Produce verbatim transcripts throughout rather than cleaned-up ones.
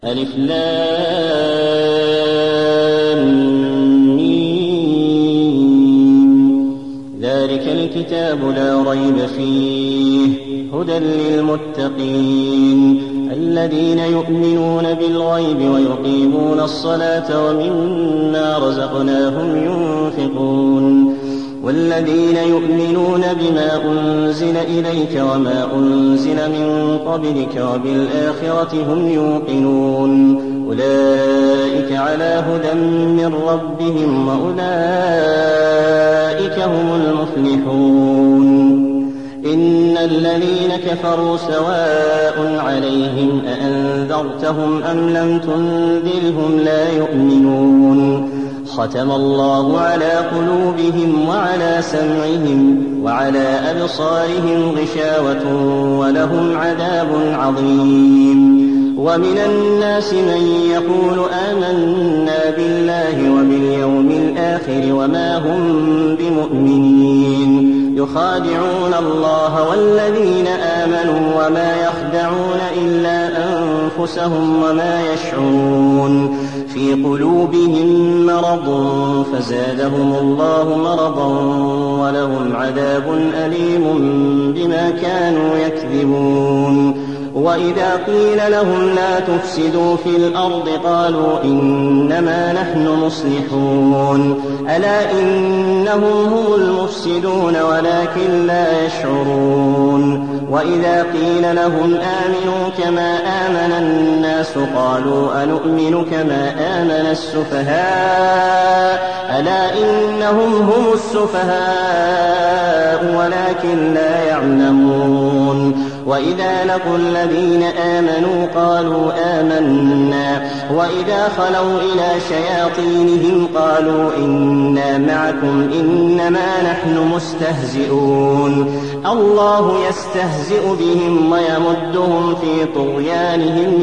ألف لام ميم. ذلك الكتاب لا ريب فيه هدى للمتقين الذين يؤمنون بالغيب ويقيمون الصلاة ومما رزقناهم ينفقون والذين يؤمنون بما أنزل إليك وما أنزل من قبلك وبالآخرة هم يوقنون أولئك على هدى من ربهم وأولئك هم المفلحون إن الذين كفروا سواء عليهم أأنذرتهم أم لم تنذرهم لا يؤمنون ختم الله على قلوبهم وعلى سمعهم وعلى أبصارهم غشاوة ولهم عذاب عظيم ومن الناس من يقول آمنا بالله وباليوم الآخر وما هم بمؤمنين يخادعون الله والذين آمنوا وما يخدعون إلا أنفسهم وما يشعرون في قلوبهم مرض فزادهم الله مرضا ولهم عذاب أليم بما كانوا يكذبون وإذا قيل لهم لا تفسدوا في الأرض قالوا إنما نحن مصلحون ألا إنهم هم المفسدون ولكن لا يشعرون وإذا قيل لهم آمنوا كما آمن الناس قالوا أنؤمن كما آمن السفهاء ألا إنهم هم السفهاء ولكن لا يعلمون وإذا لقوا الذين آمنوا قالوا آمنا وإذا خلوا إلى شياطينهم قالوا إنا معكم إنما نحن مستهزئون الله يستهزئ بهم ويمدهم في طغيانهم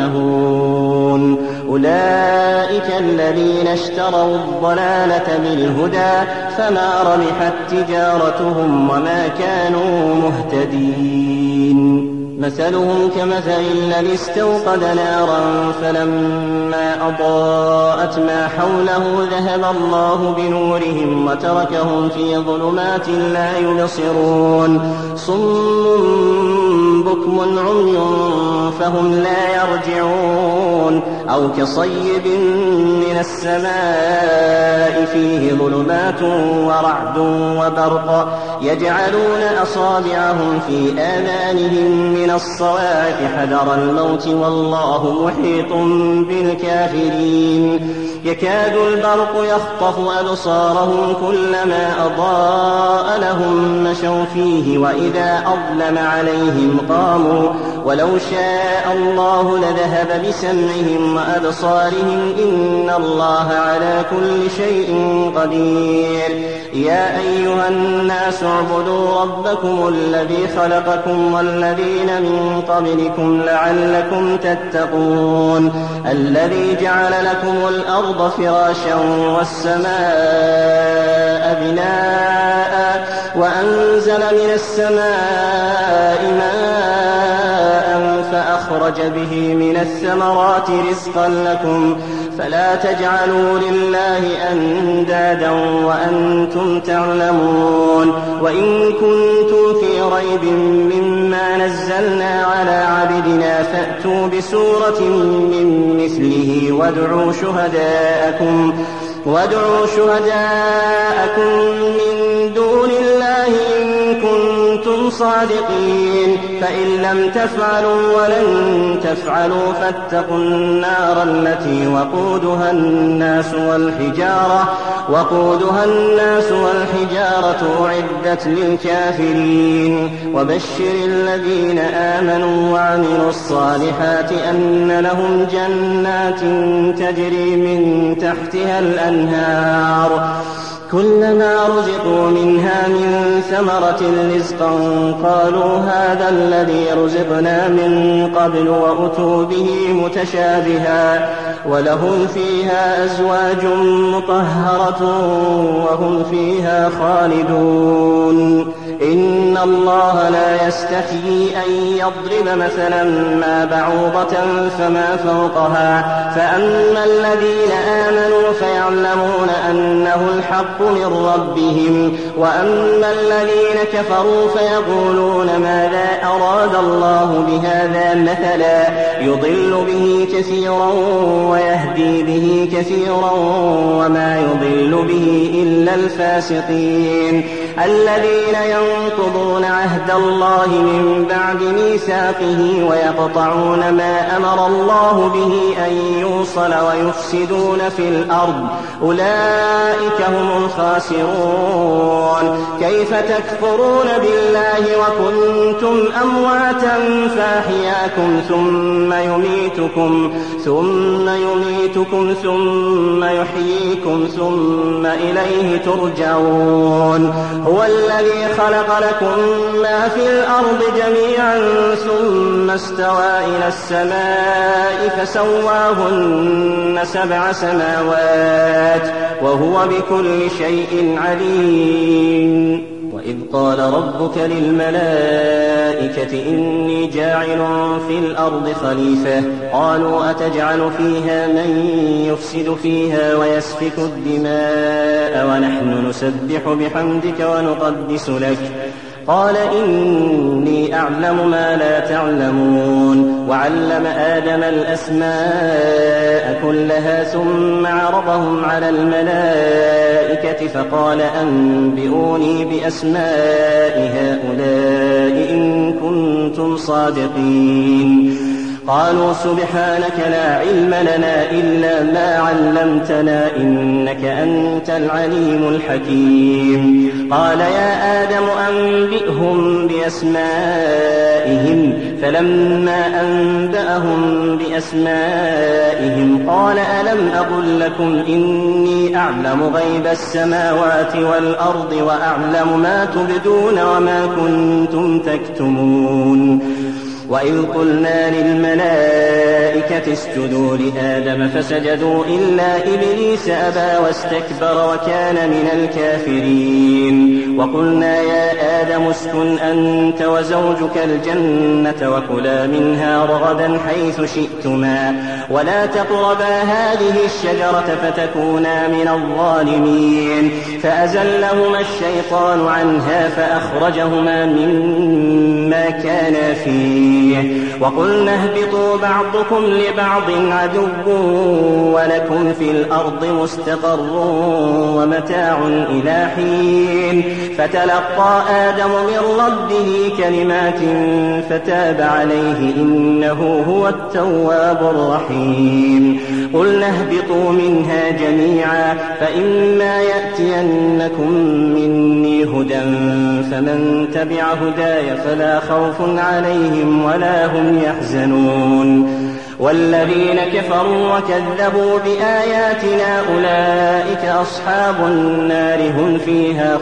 يعمهون أولئك الذين اشتروا الضلالة بالهدى فما ربحت تجارتهم وما كانوا مهتدين مثلهم كمثل الذي استوقد نارا فلما أضاءت ما حوله ذهب الله بنورهم وتركهم في ظلمات لا يبصرون صم بكم عمي فهم لا يرجعون أو كصيب من السماء فيه ظلمات ورعد وبرق يجعلون أصابعهم في آذانهم من الصواعق حذر الموت والله محيط بالكافرين يكاد البرق يخطف أبصارهم كلما أضاء لهم مشوا فيه وإذا أظلم عليهم قاموا ولو شاء الله لذهب بسمعهم وأبصارهم إن الله على كل شيء قدير يا أيها الناس اعبدوا ربكم الذي خلقكم والذين من قبلكم لعلكم تتقون الذي جعل لكم الأرض فراشا والسماء بناء وأنزل من السماء ماء فأخرج به من الثمرات رزقا لكم فلا تجعلوا لله أندادا وأنتم تعلمون وإن كنتم في ريب مما نزلنا على عبدنا فأتوا بسورة من مثله وادعوا شهداءكم وادعوا شهداءكم من دون الله إن كنتم صادقين فإن لم تفعلوا ولن تفعلوا فاتقوا النار التي وقودها الناس والحجارة وقودها الناس والحجارة أعدت للكافرين وبشر الذين آمنوا وعملوا الصالحات أن لهم جنات تجري من تحتها الأنهار كلما رزقوا منها من ثمرة رزقا قالوا هذا الذي رزقنا من قبل وأتوا به متشابها ولهم فيها أزواج مطهرة وهم فيها خالدون إن الله لا يستحيي أن يضرب مثلا ما بعوضة فما فوقها فأما الذين آمنوا فيعلمون أنه الحق من ربهم وأما الذين كفروا فيقولون ماذا أراد الله بهذا مثلا يضل به كثيرا ويهدي به كثيرا وما يضل به إلا الفاسقين الذين ينقضون عهد الله من بعد ميثاقه ويقطعون ما أمر الله به أن يوصل ويفسدون في الأرض أولئك هم الخاسرون كيف تكفرون بالله وكنتم أمواتا فأحياكم ثم يميتكم ثم يميتكم ثم يحييكم ثم إليه ترجعون هو الذي خلق لكم ما في الأرض جميعا ثم استوى إلى السماء فسواهن سبع سماوات وهو بكل شيء عليم وإذ قال ربك للملائكة إني جاعل في الأرض خليفة قالوا أتجعل فيها من يفسد فيها ويسفك الدماء ونحن نسبح بحمدك ونقدس لك قال إني أعلم ما لا تعلمون وعلم آدم الأسماء كلها ثم عرضهم على الملائكة فقال أنبئوني بأسماء هؤلاء إن كنتم صادقين قالوا سبحانك لا علم لنا إلا ما علمتنا إنك أنت العليم الحكيم قال يا آدم أنبئهم بأسمائهم فلما أنبأهم بأسمائهم قال ألم أقل لكم إني أعلم غيب السماوات والأرض وأعلم ما تبدون وما كنتم تكتمون وإذ قلنا للملائكة اسجدوا لآدم فسجدوا إلا إبليس أبى واستكبر وكان من الكافرين وقلنا يا آدم اسكن أنت وزوجك الجنة وكلا منها رغدا حيث شئتما ولا تقربا هذه الشجرة فتكونا من الظالمين فأزلهما الشيطان عنها فأخرجهما مما كانا فيه وقلنا اهبطوا بعضكم لبعض عدو ولكم في الأرض مستقر ومتاع إلى حين فتلقى آدم من ربه كلمات فتاب عليه إنه هو التواب الرحيم قلنا اهبطوا منها جميعا فإما يأتينكم مني هدى فمن تبع هداي فلا خوف عليهم ولا هم يحزنون والذين كفروا وكذبوا بآياتنا أولئك أصحاب النار هم فيها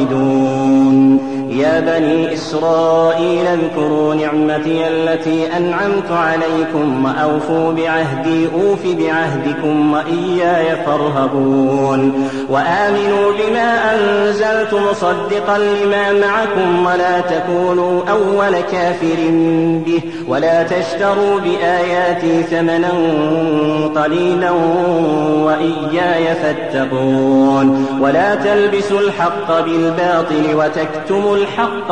خالدون يا بني إسرائيل اذكروا نعمتي التي أنعمت عليكم وأوفوا بعهدي أوف بعهدكم وإياي فارهبون وآمنوا بما أنزلت مصدقا لما معكم ولا تكونوا أول كافر به ولا تشتروا بآياتي ثمنا قليلا وإياي فاتقون ولا تلبسوا الحق بالباطل وتكتموا الحق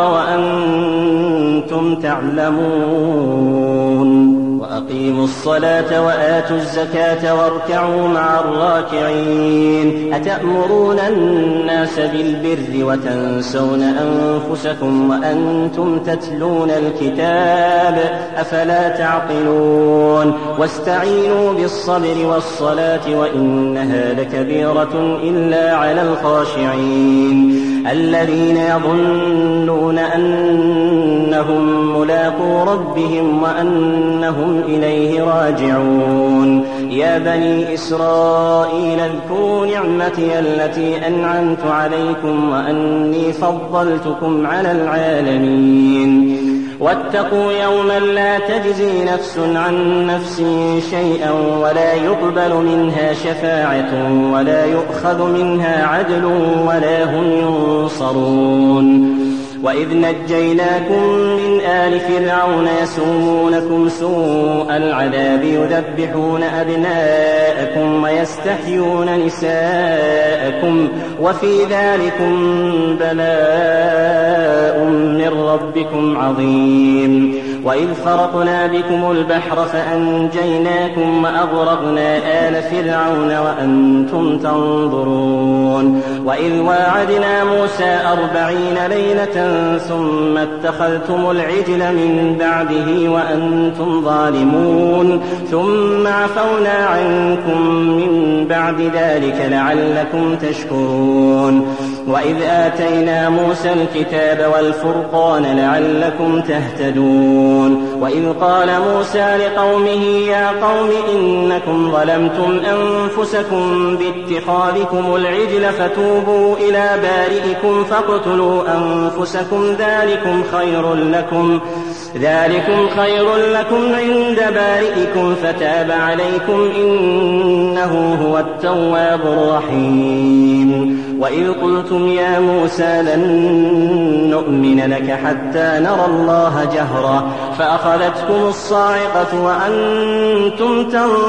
وأنتم تعلمون وأقيموا الصلاة وآتوا الزكاة واركعوا مع الراكعين أتأمرون الناس بالبر وتنسون أنفسكم وأنتم تتلون الكتاب أفلا تعقلون واستعينوا بالصبر والصلاة وإنها لكبيرة إلا على الخاشعين الذين يظنون أنهم ملاقو ربهم وأنهم إليه راجعون يا بني إسرائيل اذكروا نعمتي التي أنعمت عليكم وأني فضلتكم على العالمين واتقوا يوما لا تجزي نفس عن نفس شيئا ولا يقبل منها شفاعة ولا يؤخذ منها عدل ولا هم ينصرون وإذ نجيناكم من آل فرعون يسومونكم سوء العذاب يذبحون أبناءكم ويستحيون نساءكم وفي ذلكم بلاء من ربكم عظيم. وإذ فرقنا بكم البحر فأنجيناكم وأغرقنا آل فرعون وأنتم تنظرون. وإذ واعدنا موسى أربعين ليلة ثم اتخذتم العجل من بعده وأنتم ظالمون ثم عفونا عنكم من بعد ذلك لعلكم تشكرون. وإذ آتينا موسى الكتاب والفرقان لعلكم تهتدون. وإذ قال موسى لقومه يا قوم إنكم ظلمتم أنفسكم باتخاذكم العجل فتوبوا إلى بارئكم فاقتلوا أنفسكم ذلكم خير لكم ذلكم خير لكم عند بارئكم فتاب عليكم إنه هو التواب الرحيم. وإذ قلتم يا موسى لن نؤمن لك حتى نرى الله جهرا فأخذتكم الصاعقة وأنتم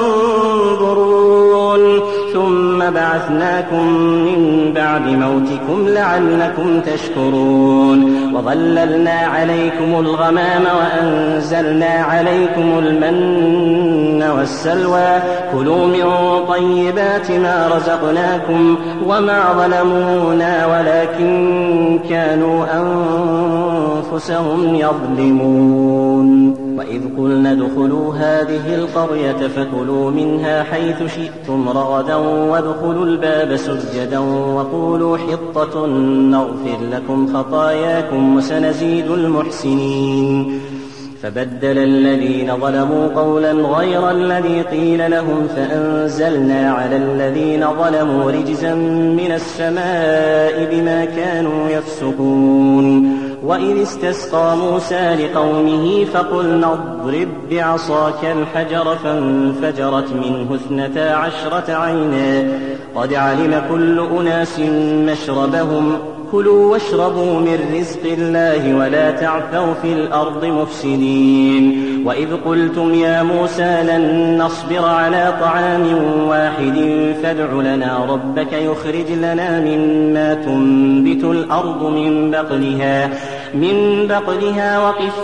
تنظرون ثم بعثناكم من بعد موتكم لعلكم تشكرون. وظللنا عليكم الغمام وأنزلنا عليكم المن والسلوى كلوا من طيبات ما رزقناكم وما ظلمونا ولكن كانوا أنفسهم يظلمون. وإذ قلنا ادخلوا هذه القرية فكلوا منها حيث شئتم رغدا وادخلوا الباب سجدا وقولوا حطة نغفر لكم خطاياكم وسنزيد المحسنين. فبدل الذين ظلموا قولا غير الذي قيل لهم فأنزلنا على الذين ظلموا رجزا من السماء بما كانوا يفسقون. وإذ استسقى موسى لقومه فقلنا اضرب بعصاك الحجر فانفجرت منه اثنتا عشرة عينا قد علم كل أناس مشربهم كلوا واشربوا من رزق الله ولا تعثوا في الأرض مفسدين. وإذ قلتم يا موسى لن نصبر على طعام واحد فادع لنا ربك يخرج لنا مما تنبت الأرض من بقلها من بقلها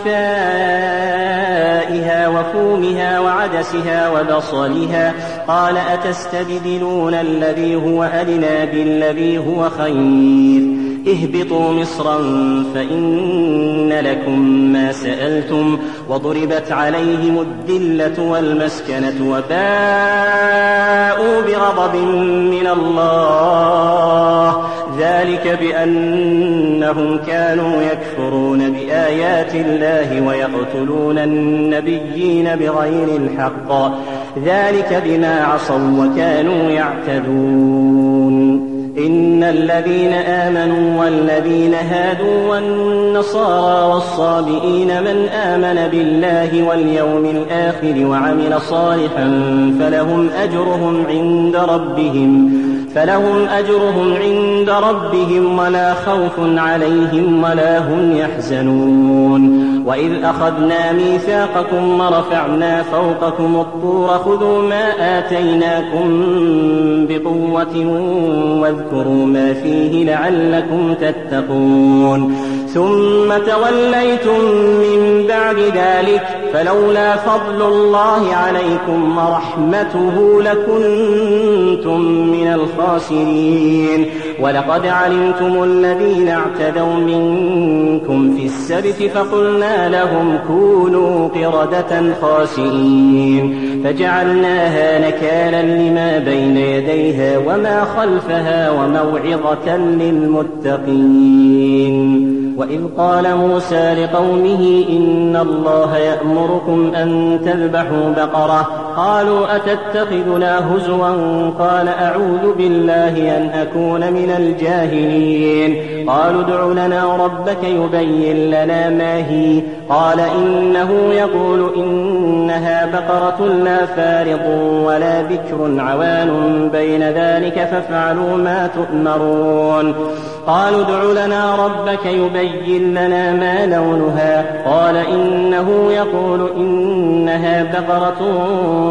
وقثائها وفومها وعدسها وبصلها قال أتستبدلون الذي هو أدنى بالذي هو خير اهبطوا مصرا فإن لكم ما سألتم وضربت عليهم الذلة والمسكنة وباءوا بغضب من الله ذلك بأنهم كانوا يكفرون بآيات الله ويقتلون النبيين بغير الحق ذلك بما عصوا وكانوا يعتدون. إن الذين آمنوا والذين هادوا والنصارى والصابئين من آمن بالله واليوم الآخر وعمل صالحا فلهم أجرهم عند ربهم فلهم أجرهم عند ربهم ولا خوف عليهم ولا هم يحزنون. وإذ أخذنا ميثاقكم ورفعنا فوقكم الطور خذوا ما آتيناكم بقوة واذكروا ما فيه لعلكم تتقون. ثم توليتم من بعد ذلك فلولا فضل الله عليكم ورحمته لكنتم من الخاسرين. ولقد علمتم الذين اعتدوا منكم في السبت فقلنا لهم كونوا قردة خاسئين فجعلناها نكالا لما بين يديها وما خلفها وموعظة للمتقين. وإذ قال موسى لقومه إن الله يأمركم أن تذبحوا بقرة قالوا أتتخذنا هزوا قال أعوذ بالله أن أكون من الجاهلين. قالوا ادع لنا ربك يبين لنا ما هي قال إنه يقول إنها بقرة لا فارض ولا بكر عوان بين ذلك فافعلوا ما تؤمرون. قالوا ادع لنا ربك يبين لنا ما لونها قال إنه يقول إنها بقرة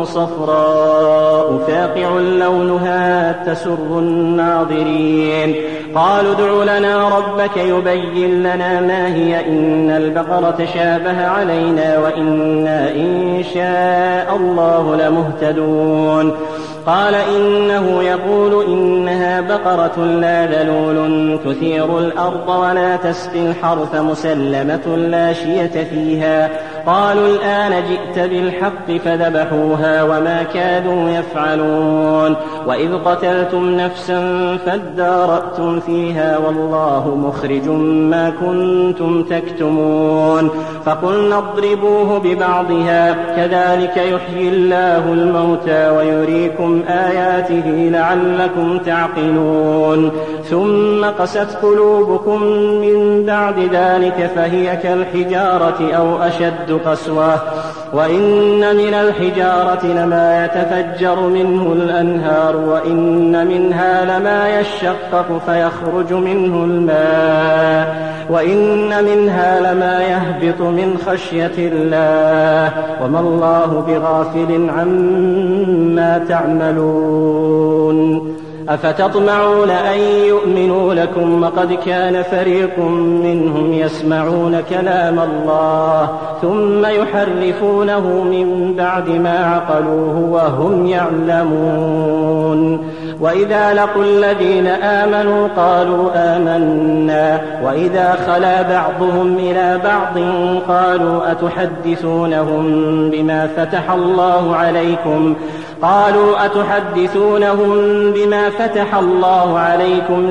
صفراء فاقع لونها تسر الناظرين قالوا ادع لنا ربك يبين لنا ما هي إن البقرة شابه علينا وإنا إن شاء الله لمهتدون قال إنه يقول إنها بقرة لا ذلول تثير الأرض ولا تسقي الحرث مسلمة لا شية فيها قالوا الآن جئت بالحق فذبحوها وما كادوا يفعلون وإذ قتلتم نفسا فادارأتم فيها والله مخرج ما كنتم تكتمون فقلنا اضربوه ببعضها كذلك يحيي الله الموتى ويريكم آياته لعلكم تعقلون ثم قست قلوبكم من بعد ذلك فهي كالحجارة أو أشد قسوة وإن من الحجارة لما يتفجر منه الأنهار وإن منها لما يشقق فيخرج منه الماء وإن منها لما يهبط من خشية الله وما الله بغافل عما تعملون أفتطمعون أن يؤمنوا لكم وقد كان فريق منهم يسمعون كلام الله ثم يحرفونه من بعد ما عقلوه وهم يعلمون وإذا لقوا الذين آمنوا قالوا آمنا وإذا خلا بعضهم إلى بعض قالوا أتحدثونهم بما فتح الله عليكم قالوا أتحدثونهم بما فتح الله عليكم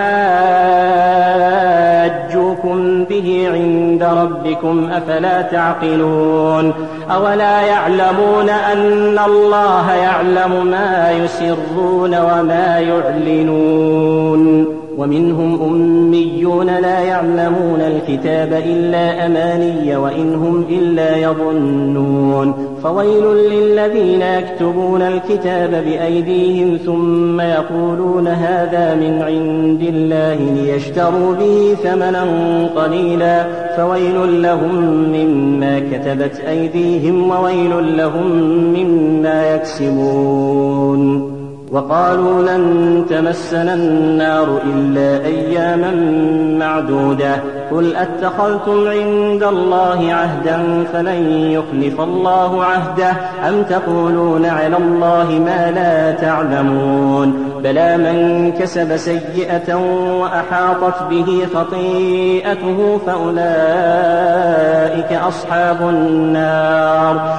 ليحاجوكم به عند ربكم أفلا تعقلون أولا يعلمون أن الله يعلم ما يسرون وما يعلنون ومنهم أميون لا يعلمون الكتاب إلا أماني وإن هم إلا يظنون فويل للذين يكتبون الكتاب بأيديهم ثم يقولون هذا من عند الله ليشتروا به ثمنا قليلا فويل لهم مما كتبت أيديهم وويل لهم مما يكسبون وقالوا لن تمسنا النار إلا أياما معدودة قل أتخذتم عند الله عهدا فلن يخلف الله عهده أم تقولون على الله ما لا تعلمون بلى من كسب سيئة وأحاطت به خطيئته فأولئك أصحاب النار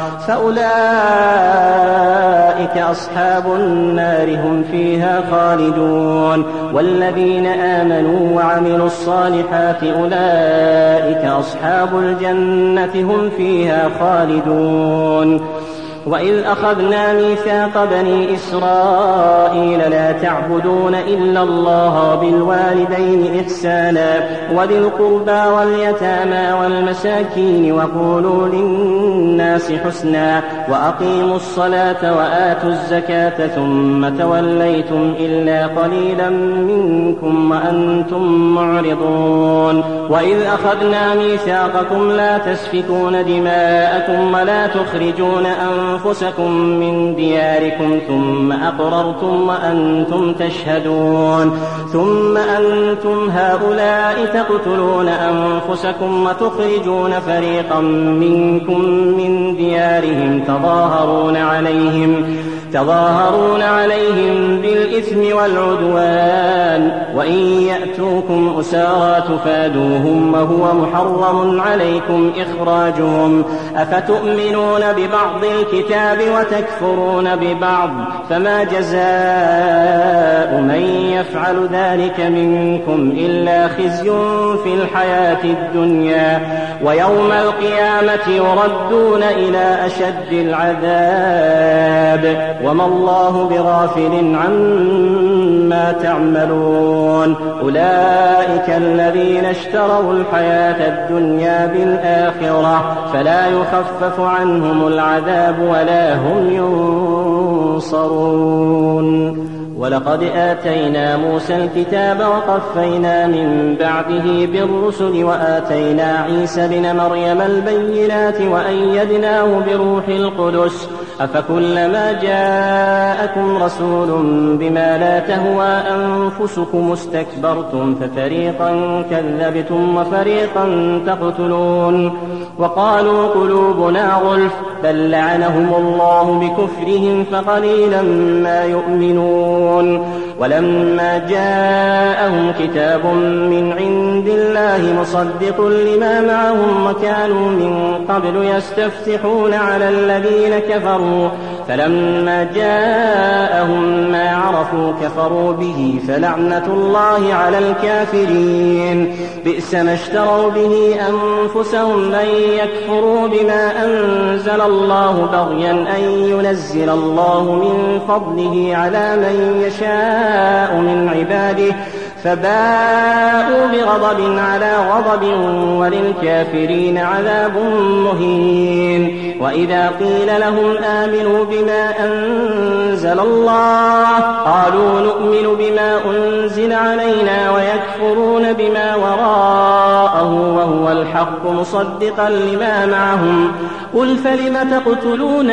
فأولئك أصحاب النار هم فيها خالدون والذين آمنوا وعملوا الصالحات أولئك أصحاب الجنة هم فيها خالدون وإذ أخذنا ميثاق بني إسرائيل لا تعبدون إلا الله بالوالدين إحسانا وذي القربى واليتامى والمساكين وقولوا للناس حسنا وأقيموا الصلاة وآتوا الزكاة ثم توليتم إلا قليلا منكم وأنتم معرضون وإذ أخذنا ميثاقكم لا تسفكون دماءكم ولا تخرجون أنفسكم أنفسكم من دياركم ثم أقررتم وأنتم تشهدون ثم أنتم هؤلاء تقتلون أنفسكم وتخرجون فريقا منكم من ديارهم تظاهرون عليهم تظاهرون عليهم بالإثم والعدوان وإن يأتوكم أسارى تفادوهم وهو محرم عليكم إخراجهم أفتؤمنون ببعض الكتاب وتكفرون ببعض فما جزاء من يفعل ذلك منكم إلا خزي في الحياة الدنيا ويوم القيامة يردون إلى أشد العذاب وما الله بغافل عما تعملون أولئك الذين اشتروا الحياة الدنيا بالآخرة فلا يخفف عنهم العذاب ولا هم ينصرون ولقد آتينا موسى الكتاب وقفينا من بعده بالرسل وآتينا عيسى بن مريم البينات وأيدناه بروح القدس أفكلما جاءكم رسول بما لا تهوى أنفسكم استكبرتم ففريقا كذبتم وفريقا تقتلون وقالوا قلوبنا غلف بل لعنهم الله بكفرهم فقليلا ما يؤمنون ولما جاءهم كتاب من عند الله مصدق لما معهم وكانوا من قبل يستفتحون على الذين كفروا فلما جاءهم ما عرفوا كفروا به فلعنة الله على الكافرين بئس ما اشتروا به أنفسهم أن يكفروا بما أنزل الله بغيا أن ينزل الله من فضله على من يشاء من عباده فباءوا بغضب على غضب وللكافرين عذاب مهين وإذا قيل لهم آمنوا بما أنزل الله قالوا نؤمن بما أنزل علينا ويكفرون بما وراءه وهو الحق مصدقا لما معهم قل فلم تقتلون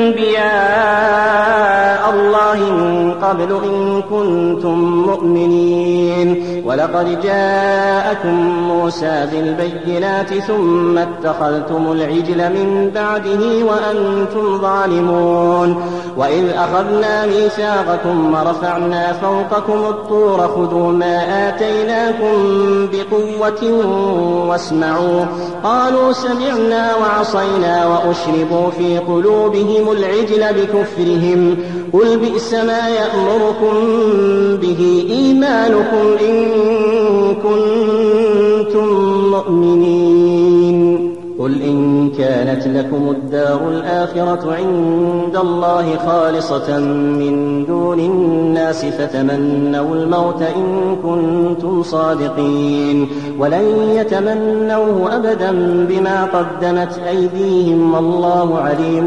أنبياء الله من قبل إن كنتم مؤمنين ولقد جاءكم موسى بالبينات ثم اتخذتم العجل من بعده وأنتم ظالمون وإذ أخذنا ميثاقكم ورفعنا فوقكم الطور خذوا ما آتيناكم بقوة واسمعوا قالوا سمعنا وعصينا وأشربوا في قلوبهم العجل بكفرهم قل بئس ما يأمركم به إيمانكم إن كنتم مؤمنين قل إن كانت لكم الدار الآخرة عند الله خالصة من دون الناس فتمنوا الموت إن كنتم صادقين ولن يتمنوه أبدا بما قدمت أيديهم والله عليم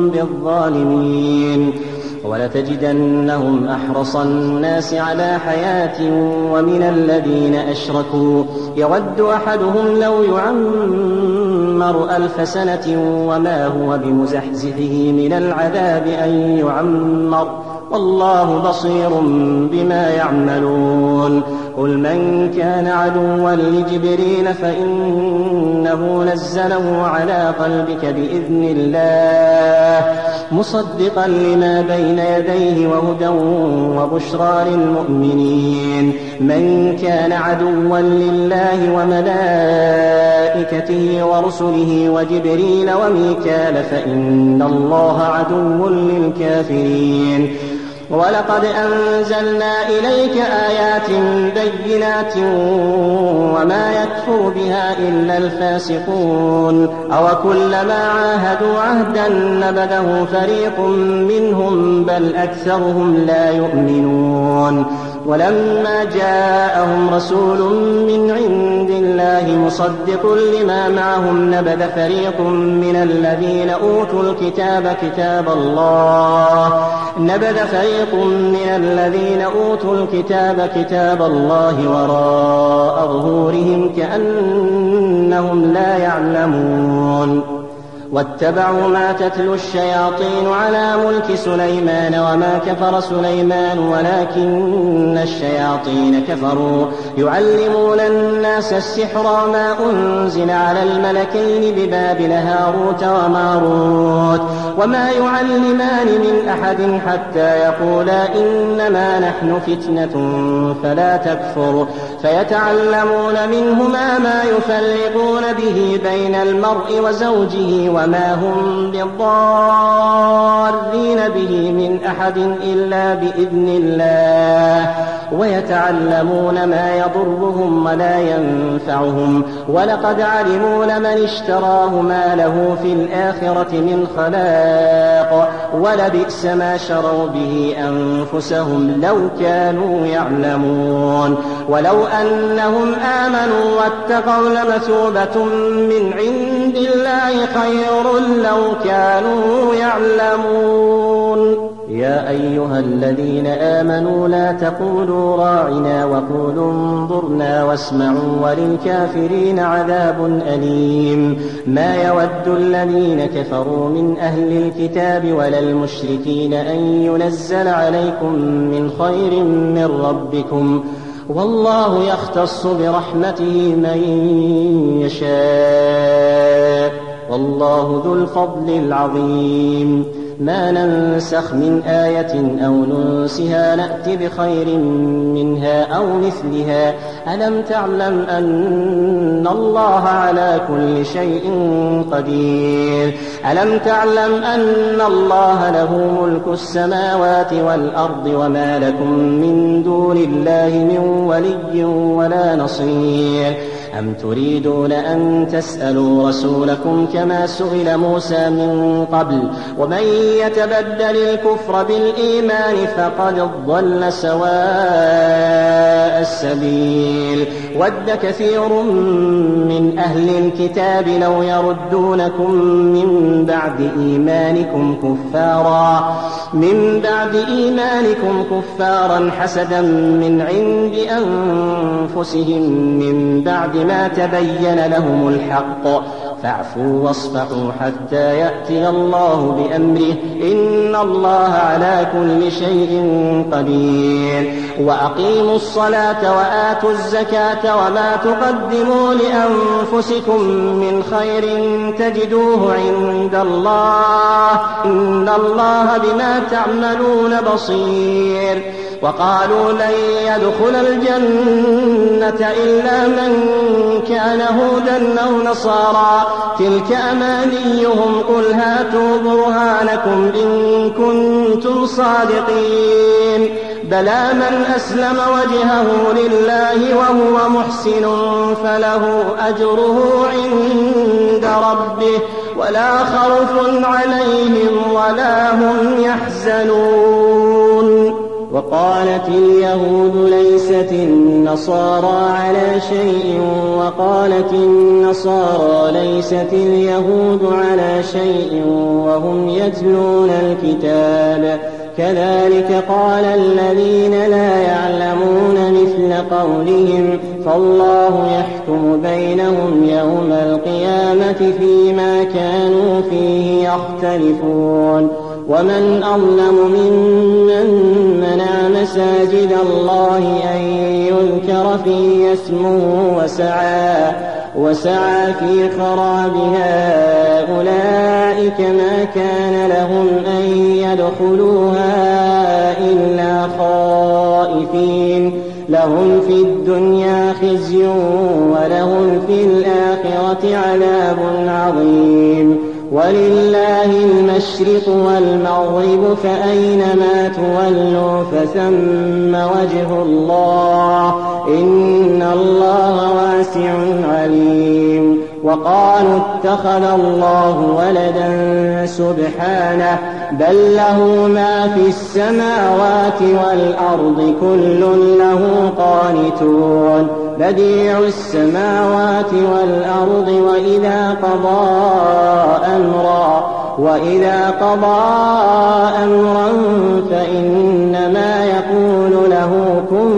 بالظالمين ولتجدنهم أحرص الناس على حياة ومن الذين أشركوا يود أحدهم لو يعمر ألف سنة وما هو بمزحزحه من العذاب أن يعمر والله بصير بما يعملون قل من كان عدوا لجبريل فإنه نزله على قلبك بإذن الله مصدقا لما بين يديه وهدى وبشرى للمؤمنين من كان عدوا لله وملائكته ورسله وجبريل وميكال فإن الله عدو للكافرين ولقد أنزلنا إليك آيات بينات وما يكفر بها إلا الفاسقون أو كلما عاهدوا عهدا نبذه فريق منهم بل أكثرهم لا يؤمنون ولما جاءهم رسول من عند الله مصدق لما معهم نبذ فريق من الذين أوتوا الكتاب كتاب الله نبذ فريق من الذين أوتوا الكتاب كتاب الله وراء ظهورهم كأنهم لا يعلمون واتبعوا ما تتلو الشياطين على ملك سليمان وما كفر سليمان ولكن الشياطين كفروا يعلمون الناس السحر وما أنزل على الملكين ببابل هاروت وماروت وما يعلمان من أحد حتى يقولا إنما نحن فتنة فلا تكفر فيتعلمون منهما ما يفرقون به بين المرء وزوجه وما هم بضارين به من أحد إلا بإذن الله ويتعلمون ما يضرهم ولا ينفعهم ولقد علموا لمن اشتراه ما له في الآخرة من خلاق ولبئس ما شروا به أنفسهم لو كانوا يعلمون ولو أنهم آمنوا واتقوا لمثوبة من عند الله خير لو كانوا يعلمون يا أيها الذين آمنوا لا تقولوا راعنا وقولوا انظرنا واسمعوا وللكافرين عذاب أليم ما يود الذين كفروا من أهل الكتاب ولا المشركين أن ينزل عليكم من خير من ربكم والله يختص برحمته من يشاء والله ذو الفضل العظيم ما ننسخ من آية أو ننسها نأت بخير منها أو مثلها ألم تعلم أن الله على كل شيء قدير ألم تعلم أن الله له ملك السماوات والأرض وما لكم من دون الله من ولي ولا نصير أم تريدون أن تسألوا رسولكم كما سئل موسى من قبل ومن يتبدل الكفر بالإيمان فقد ضل سواء السبيل ود كثير من أهل الكتاب لو يردونكم من بعد إيمانكم كفارا من بعد إيمانكم كفارا حسدا من عند أنفسهم من بعد ما تبين لهم الحق فاعفوا واصفحوا حتى يأتي الله بأمره إن الله على كل شيء قدير وأقيموا الصلاة وآتوا الزكاة وما تقدموا لأنفسكم من خير تجدوه عند الله إن الله بما تعملون بصير وقالوا لن يدخل الجنة إلا من كان هودا أو نصارى تلك أمانيهم قل هاتوا برهانكم إن كنتم صادقين بلى من أسلم وجهه لله وهو محسن فله أجره عند ربه ولا خوف عليهم ولا هم يحزنون وقالت اليهود ليست النصارى على شيء وقالت النصارى ليست اليهود على شيء وهم يتلون الكتاب كذلك قال الذين لا يعلمون مثل قولهم فالله يحكم بينهم يوم القيامة فيما كانوا فيه يختلفون ومن أظلم ممن منع مساجد الله أن يذكر فيه اسمه وسعى وسعى في خرابها أولئك ما كان لهم أن يدخلوها إلا خائفين لهم في الدنيا خزي ولهم في الآخرة عذاب عظيم ولله المشرق والمغرب فأينما تولوا فثم وجه الله إن الله واسع عليم وقالوا اتخذ الله ولدا سبحانه بل له ما في السماوات والأرض كل له قانتون بديع السماوات والأرض وإذا قضى أمرا وإذا قضى أمرا فإنما يقول له كن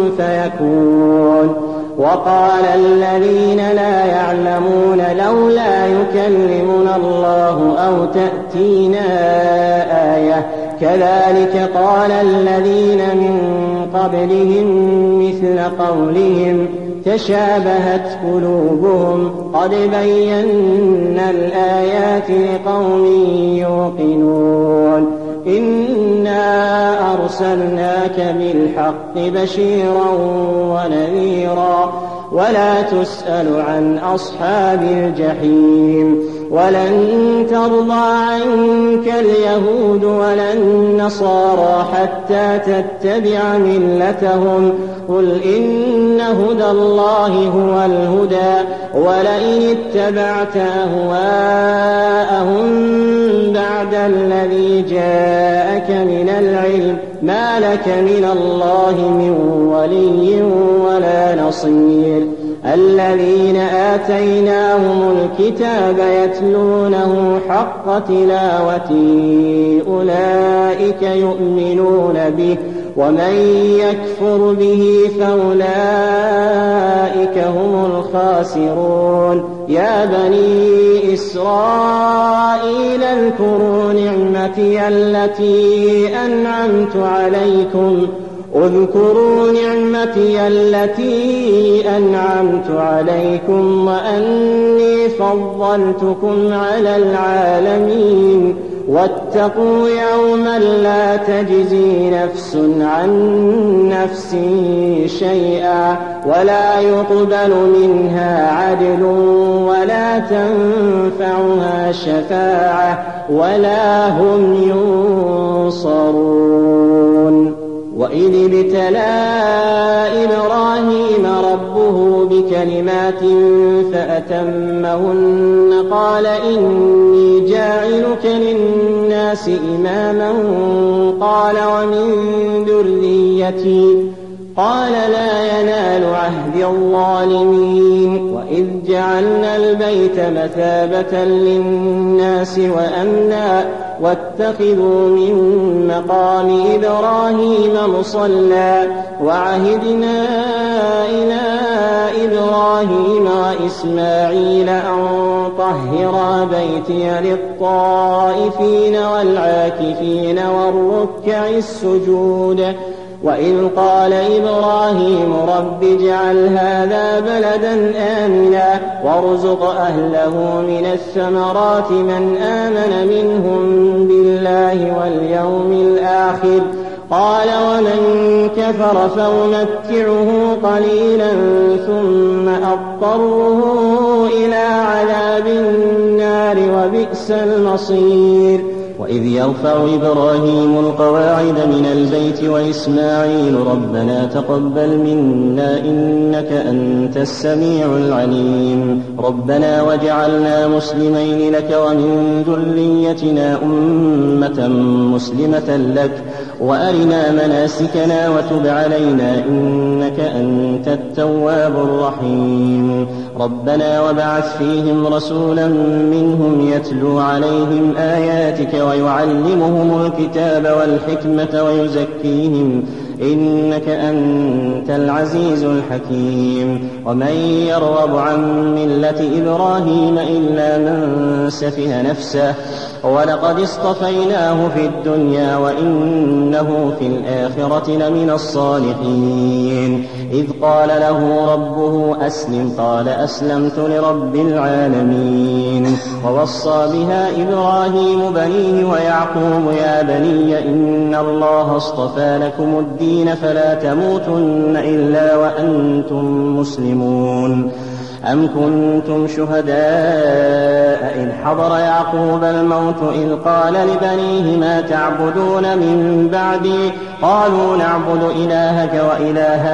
فيكون وقال الذين لا يعلمون لولا يكلمنا الله أو تأتينا آية كذلك قال الذين من قبلهم مثل قولهم تشابهت قلوبهم قد بينا الآيات لقوم يوقنون إنا أرسلناك بالحق بشيرا ونذيرا ولا تسأل عن أصحاب الجحيم ولن ترضى عنك اليهود ولا النصارى حتى تتبع ملتهم قل إن هدى الله هو الهدى ولئن اتبعت أهواءهم بعد الذي جاءك من العلم ما لك من الله من ولي ولا نصير الذين آتيناهم الكتاب يتلونه حق تلاوته أولئك يؤمنون به ومن يكفر به فأولئك هم الخاسرون يا بني إسرائيل اذكروا نعمتي التي أنعمت عليكم اذكروا نعمتي التي أنعمت عليكم وأني فضلتكم على العالمين واتقوا يوما لا تجزي نفس عن نفس شيئا ولا يقبل منها عدل ولا تنفعها شفاعة ولا هم ينصرون وإذ ابتلى إبراهيم ربه بكلمات فأتمهن قال إني جاعلك للناس إماما قال ومن ذريتي قال لا ينال عهد الظالمين وإذ جعلنا البيت مثابة للناس وأمنا واتخذوا من مقام إبراهيم مصلى وعهدنا إلى إبراهيم وإسماعيل أن طهرا بيتي للطائفين والعاكفين والركع السجود وإذ قال إبراهيم رب اجعل هذا بلدا آمنا وارزق أهله من الثمرات من آمن منهم بالله واليوم الآخر قال ومن كفر فأمتعه قليلا ثم أضطره إلى عذاب النار وبئس المصير وإذ يرفع إبراهيم القواعد من البيت وإسماعيل ربنا تقبل منا إنك أنت السميع العليم ربنا واجعلنا مسلمين لك ومن ذريتنا أمة مسلمة لك وأرنا مناسكنا وتب علينا إنك أنت التواب الرحيم ربنا وابعث فيهم رسولا منهم يتلو عليهم آياتك ويعلمهم الكتاب والحكمة ويزكيهم إنك أنت العزيز الحكيم ومن يرغب عن ملة إبراهيم إلا من سفه نفسه ولقد اصطفيناه في الدنيا وإنه في الآخرة لمن الصالحين إذ قال له ربه أسلم قال أسلمت لرب العالمين ووصى بها إبراهيم بنيه ويعقوب يا بني إن الله اصطفى لكم الدين فلا تموتن إلا وأنتم مسلمون أم كنتم شهداء إذ حضر يعقوب الموت إذ قال لبنيه ما تعبدون من بعدي قالوا نعبد إلهك وإله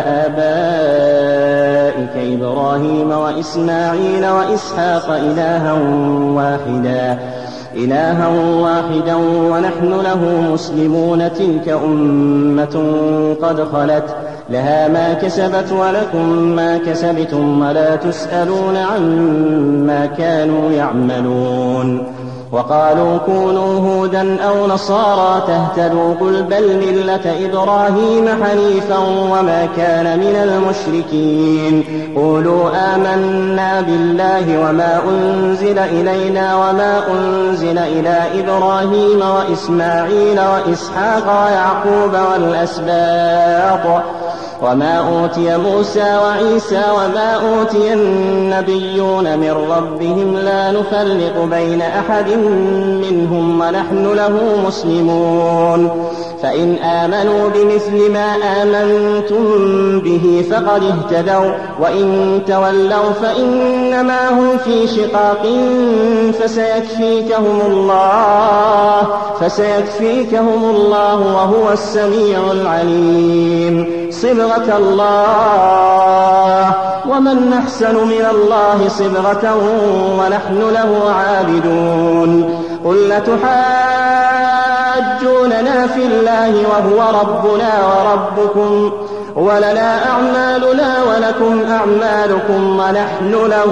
آبائك إبراهيم وإسماعيل وإسحاق إلها واحدا إلها واحدا ونحن له مسلمون تلك أمة قد خلت لها ما كسبت ولكم ما كسبتم ولا تسألون عما كانوا يعملون وقالوا كونوا هودا أو نصارى تهتدوا قل بل ملة إبراهيم حنيفا وما كان من المشركين قولوا آمنا بالله وما أنزل إلينا وما أنزل إلى إبراهيم وإسماعيل وإسحاق ويعقوب والأسباط وما أوتي موسى وعيسى وما أوتي النبيون من ربهم لا نفرق بين أحد منهم ونحن له مسلمون فإن آمنوا بمثل ما آمنتم به فقد اهتدوا وإن تولوا فإنما هم في شقاق فسيكفيكهم الله فسيكفيكهم الله وهو السميع العليم صبغة الله ومن أحسن من الله صبغة ونحن له عابدون قل لتحاجوننا في الله وهو ربنا وربكم ولنا أعمالنا ولكم أعمالكم ونحن له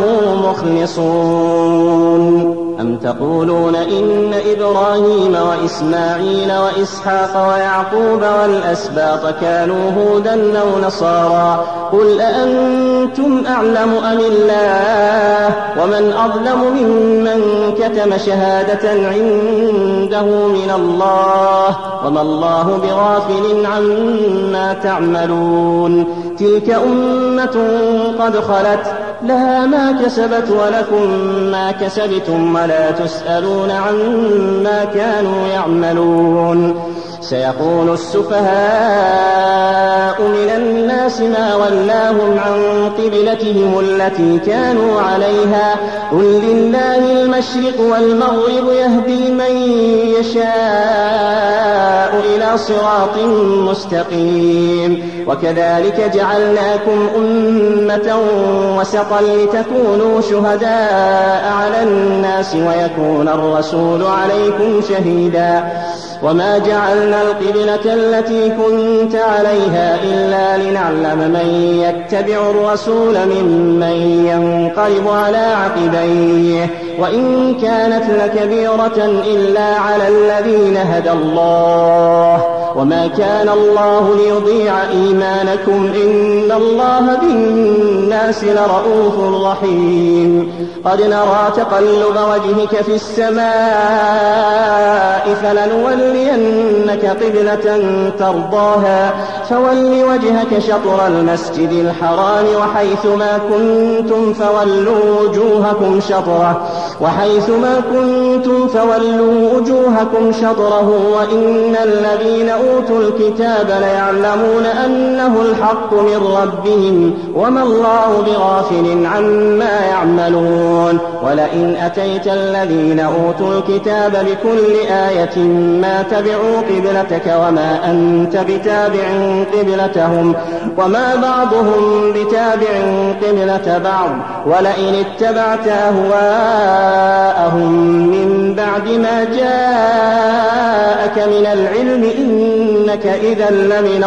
مخلصون. أم تقولون إن إبراهيم وإسماعيل وإسحاق ويعقوب والأسباط كانوا هودا أو نصارى قل أأنتم أعلم أم الله ومن أظلم ممن كتم شهادة عنده من الله وما الله بغافل عما تعملون. تلك أمة قد خلت لها ما كسبت ولكم ما كسبتم ولا تسألون عما كانوا يعملون. سيقول السفهاء من الناس ما ولاهم عن قبلتهم التي كانوا عليها قل لله المشرق والمغرب يهدي من يشاء إلى صراط مستقيم. وكذلك جعلناكم أمة وسطا لتكونوا شهداء على الناس ويكون الرسول عليكم شهيدا. وما جعلنا القبلة التي كنت عليها إلا لنعلم من يتبع الرسول ممن ينقلب على عقبيه وإن كانت لكبيرة إلا على الذين هدى الله وما كان الله ليضيع إيمانكم إن الله بالناس لرؤوف رحيم. قد نرى تقلب وجهك في السماء فلنولينك قبلة ترضاها فول وجهك شطر المسجد الحرام وحيث ما كنتم فولوا وجوهكم شطره وحيث ما كنتم فولوا وجوهكم شطره وإن الذين أوتوا الكتاب ليعلمون أنه الحق من ربهم وما الله بغافل عما يعملون. ولئن أتيت الذين أوتوا الكتاب بكل آية ما تبعوا قبلتك وما أنت بتابع قبلتهم وما بعضهم بتابع قبلة بعض ولئن اتبعت أهواءهم من بعد ما جاءك من العلم إنك إذا لمن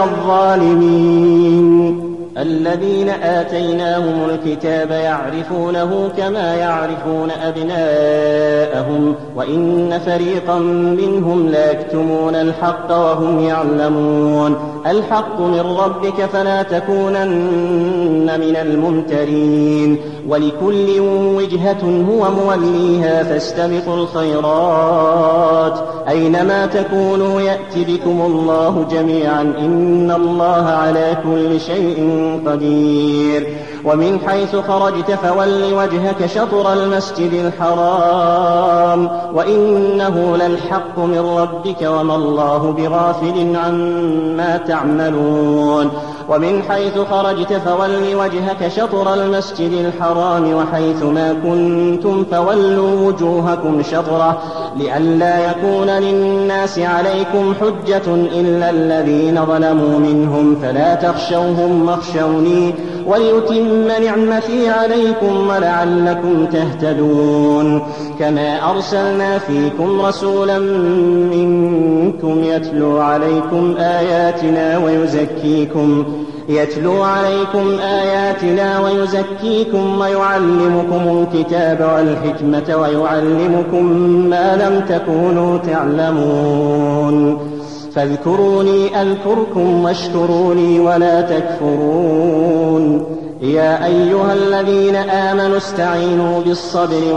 الظالمين. الذين آتيناهم الكتاب يعرفونه كما يعرفون أبناءهم وإن فريقا منهم لا يكتمون الحق وهم يعلمون. الحق من ربك فلا تكونن من الممترين. ولكل وجهة هو موليها فاستبقوا الخيرات أينما تكونوا يأت بكم الله جميعا إن الله على كل شيء قدير. ومن حيث خرجت فول وجهك شطر المسجد الحرام وإنه للحق من ربك وما الله بغافل عما تعملون. ومن حيث خرجت فول وجهك شطر المسجد الحرام وحيث ما كنتم فولوا وجوهكم شطره لئلا يكون للناس عليكم حجة إلا الذين ظلموا منهم فلا تخشوهم واخشوني وليتم نعمتي عليكم ولعلكم تهتدون. كما أرسلنا فيكم رسولا منكم يتلو عليكم آياتنا ويزكيكم يتلو عليكم آياتنا ويزكيكم ويعلمكم الكتاب والحكمة ويعلمكم ما لم تكونوا تعلمون. فاذكروني أذكركم واشكروا لي ولا تكفرون. يا أيها الذين آمنوا استعينوا بالصبر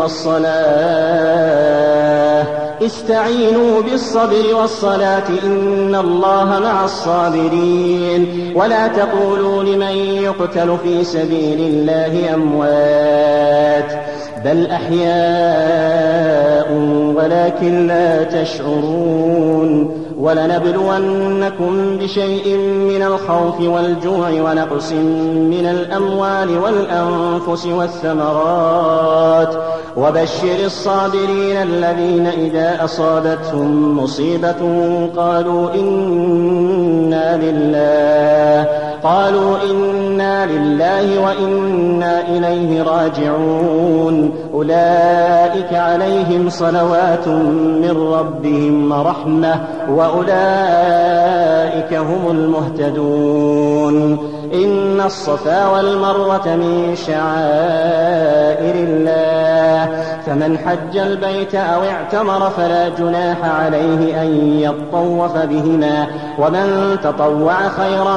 والصلاة استعينوا بالصبر والصلاة إن الله مع الصابرين. ولا تقولوا لمن يقتل في سبيل الله أموات بل أحياء ولكن لا تشعرون. ولنبلونكم بشيء من الخوف والجوع ونقص من الأموال والأنفس والثمرات وبشر الصابرين الذين إذا أصابتهم مصيبة قالوا إنا لله قالوا إنا لله وإنا إليه راجعون. أولئك عليهم صلوات من ربهم ورحمة وأولئك هم المهتدون. يعقلون إن الصفا والمروة من شعائر الله فمن حج البيت أو اعتمر فلا جناح عليه أن يطوف بهما ومن تطوع خيرا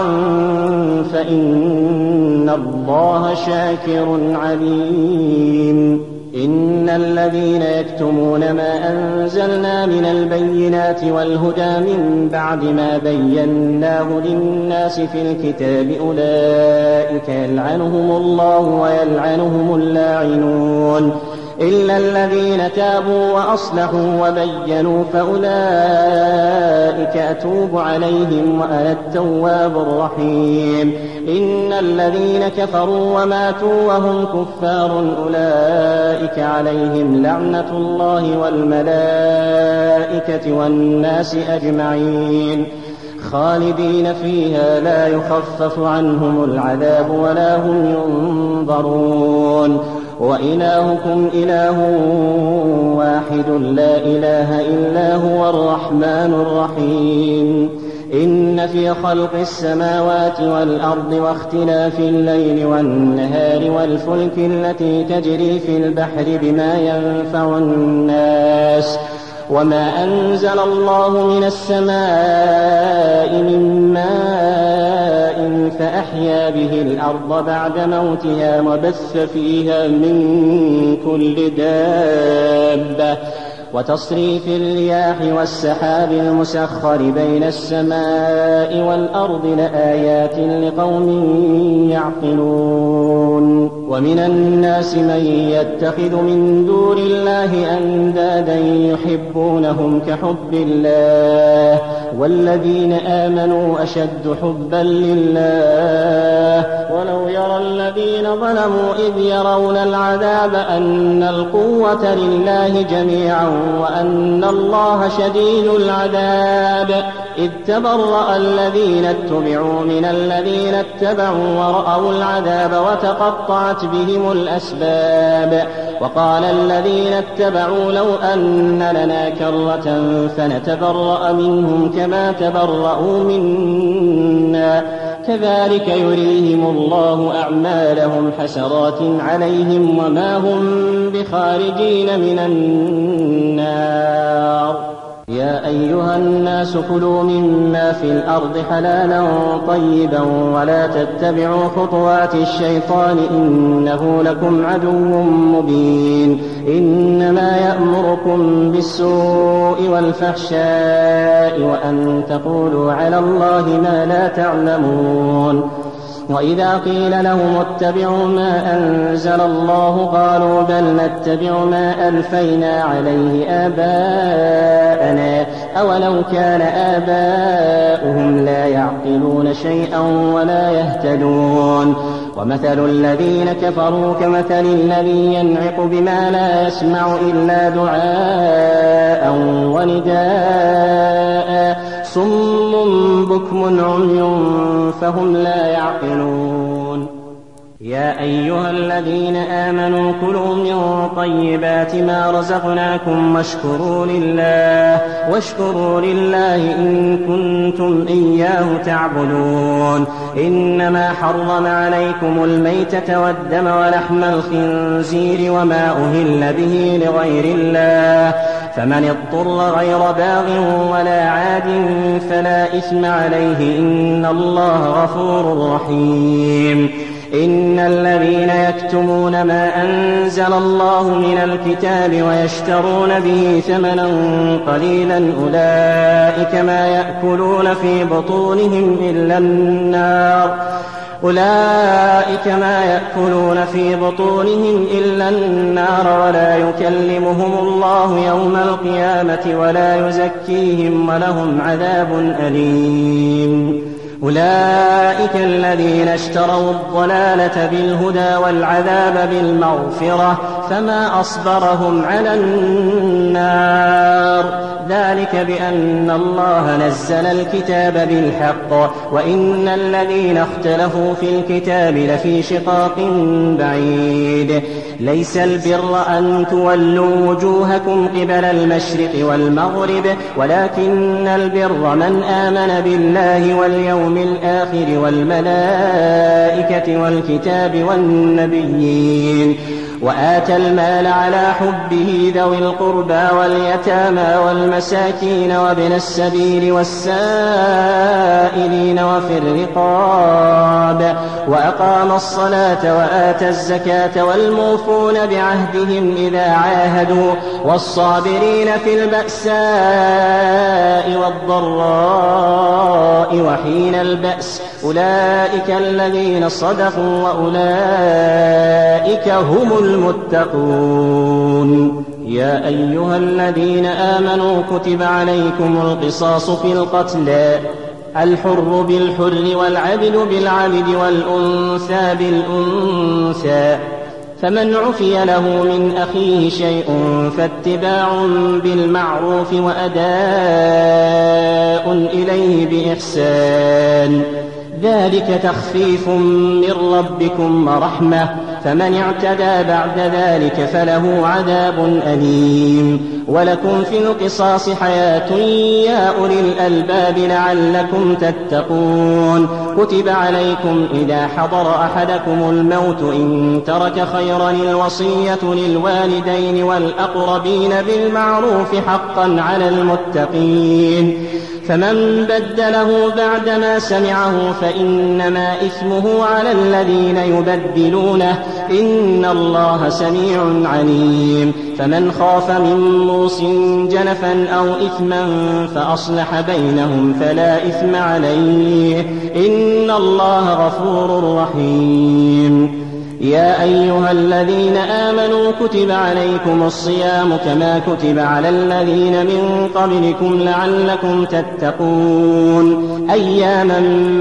فإن الله شاكر عليم إن الذين يكتمون ما أنزلنا من البينات والهدى من بعد ما بيناه للناس في الكتاب أولئك يلعنهم الله ويلعنهم اللاعنون إلا الذين تابوا وأصلحوا وبينوا فأولئك أتوب عليهم وأنا التواب الرحيم إن الذين كفروا وماتوا وهم كفار أولئك عليهم لعنة الله والملائكة والناس أجمعين خالدين فيها لا يخفف عنهم العذاب ولا هم ينظرون وإلهكم إله واحد لا إله إلا هو الرحمن الرحيم إن في خلق السماوات والأرض واختلاف الليل والنهار والفلك التي تجري في البحر بما ينفع الناس وما أنزل الله من السماء من ماء فأحيا به الأرض بعد موتها وبث فيها من كل دابة وتصريف الرياح والسحاب المسخر بين السماء والأرض لآيات لقوم يعقلون ومن الناس من يتخذ من دون الله أندادا يحبونهم كحب الله والذين آمنوا أشد حبا لله ولو يرى الذين ظلموا إذ يرون العذاب أن القوة لله جميعا وأن الله شديد العذاب إذ تبرأ الذين اتبعوا من الذين اتبعوا ورأوا العذاب وتقطعت بهم الأسباب وقال الذين اتبعوا لو أن لنا كرة فنتبرأ منهم كما تبرأوا منا كذلك يريهم الله أعمالهم حسرات عليهم وما هم بخارجين من النار يا أيها الناس كلوا مما في الأرض حلالا طيبا ولا تتبعوا خطوات الشيطان إنه لكم عدو مبين إنما يأمركم بالسوء والفحشاء وأن تقولوا على الله ما لا تعلمون وإذا قيل لهم اتبعوا ما أنزل الله قالوا بل نتبع ما ألفينا عليه آباءنا أولو كان آباؤهم لا يعقلون شيئا ولا يهتدون ومثل الذين كفروا كمثل الذي ينعق بما لا يسمع إلا دعاء ونداء صم بكم عمي فهم لا يعقلون يا أيها الذين آمنوا كلوا من طيبات ما رزقناكم واشكروا لله واشكروا لله إن كنتم إياه تعبدون إنما حرم عليكم الميتة والدم ولحم الخنزير وما أهل به لغير الله فمن اضطر غير باغ ولا عاد فلا إثم عليه إن الله غفور رحيم إن الذين يكتمون ما أنزل الله من الكتاب ويشترون به ثمنا قليلا أولئك ما يأكلون في بطونهم إلا النار أولئك ما يأكلون في بطونهم إلا النار ولا يكلمهم الله يوم القيامة ولا يزكيهم ولهم عذاب أليم أولئك الذين اشتروا الضلالة بالهدى والعذاب بالمغفرة فما أصبرهم على النار ذلك بأن الله نزل الكتاب بالحق وإن الذين اختلفوا في الكتاب لفي شقاق بعيد ليس البر أن تولوا وجوهكم قبل المشرق والمغرب ولكن البر من آمن بالله واليوم الآخر والملائكة والكتاب والنبيين وآتى المال على حبه ذوي القربى واليتامى والمساكين وابن السبيل والسائلين وفي الرقاب وأقام الصلاة وآتى الزكاة والموفون بعهدهم إذا عاهدوا والصابرين في البأساء والضراء وحين البأس أولئك الذين صدقوا وأولئك هم المتقون. يا أيها الذين آمنوا كتب عليكم القصاص في القتلى الحر بالحر والعبد بالعبد والأنثى بالأنثى فمن عفي له من أخيه شيء فاتباع بالمعروف وأداء إليه بإحسان ذلك تخفيف من ربكم ورحمة فمن اعتدى بعد ذلك فله عذاب أليم. ولكم في القصاص حياة يا أولي الألباب لعلكم تتقون. كتب عليكم إذا حضر أحدكم الموت إن ترك خيرا الوصية للوالدين والأقربين بالمعروف حقا على المتقين فمن بدله بعدما سمعه فإنما إثمه على الذين يبدلونه إن الله سميع عليم. فمن خاف من موص جنفا أو إثما فأصلح بينهم فلا إثم عليه إن الله غفور رحيم. يا أيها الذين آمنوا كتب عليكم الصيام كما كتب على الذين من قبلكم لعلكم تتقون أياما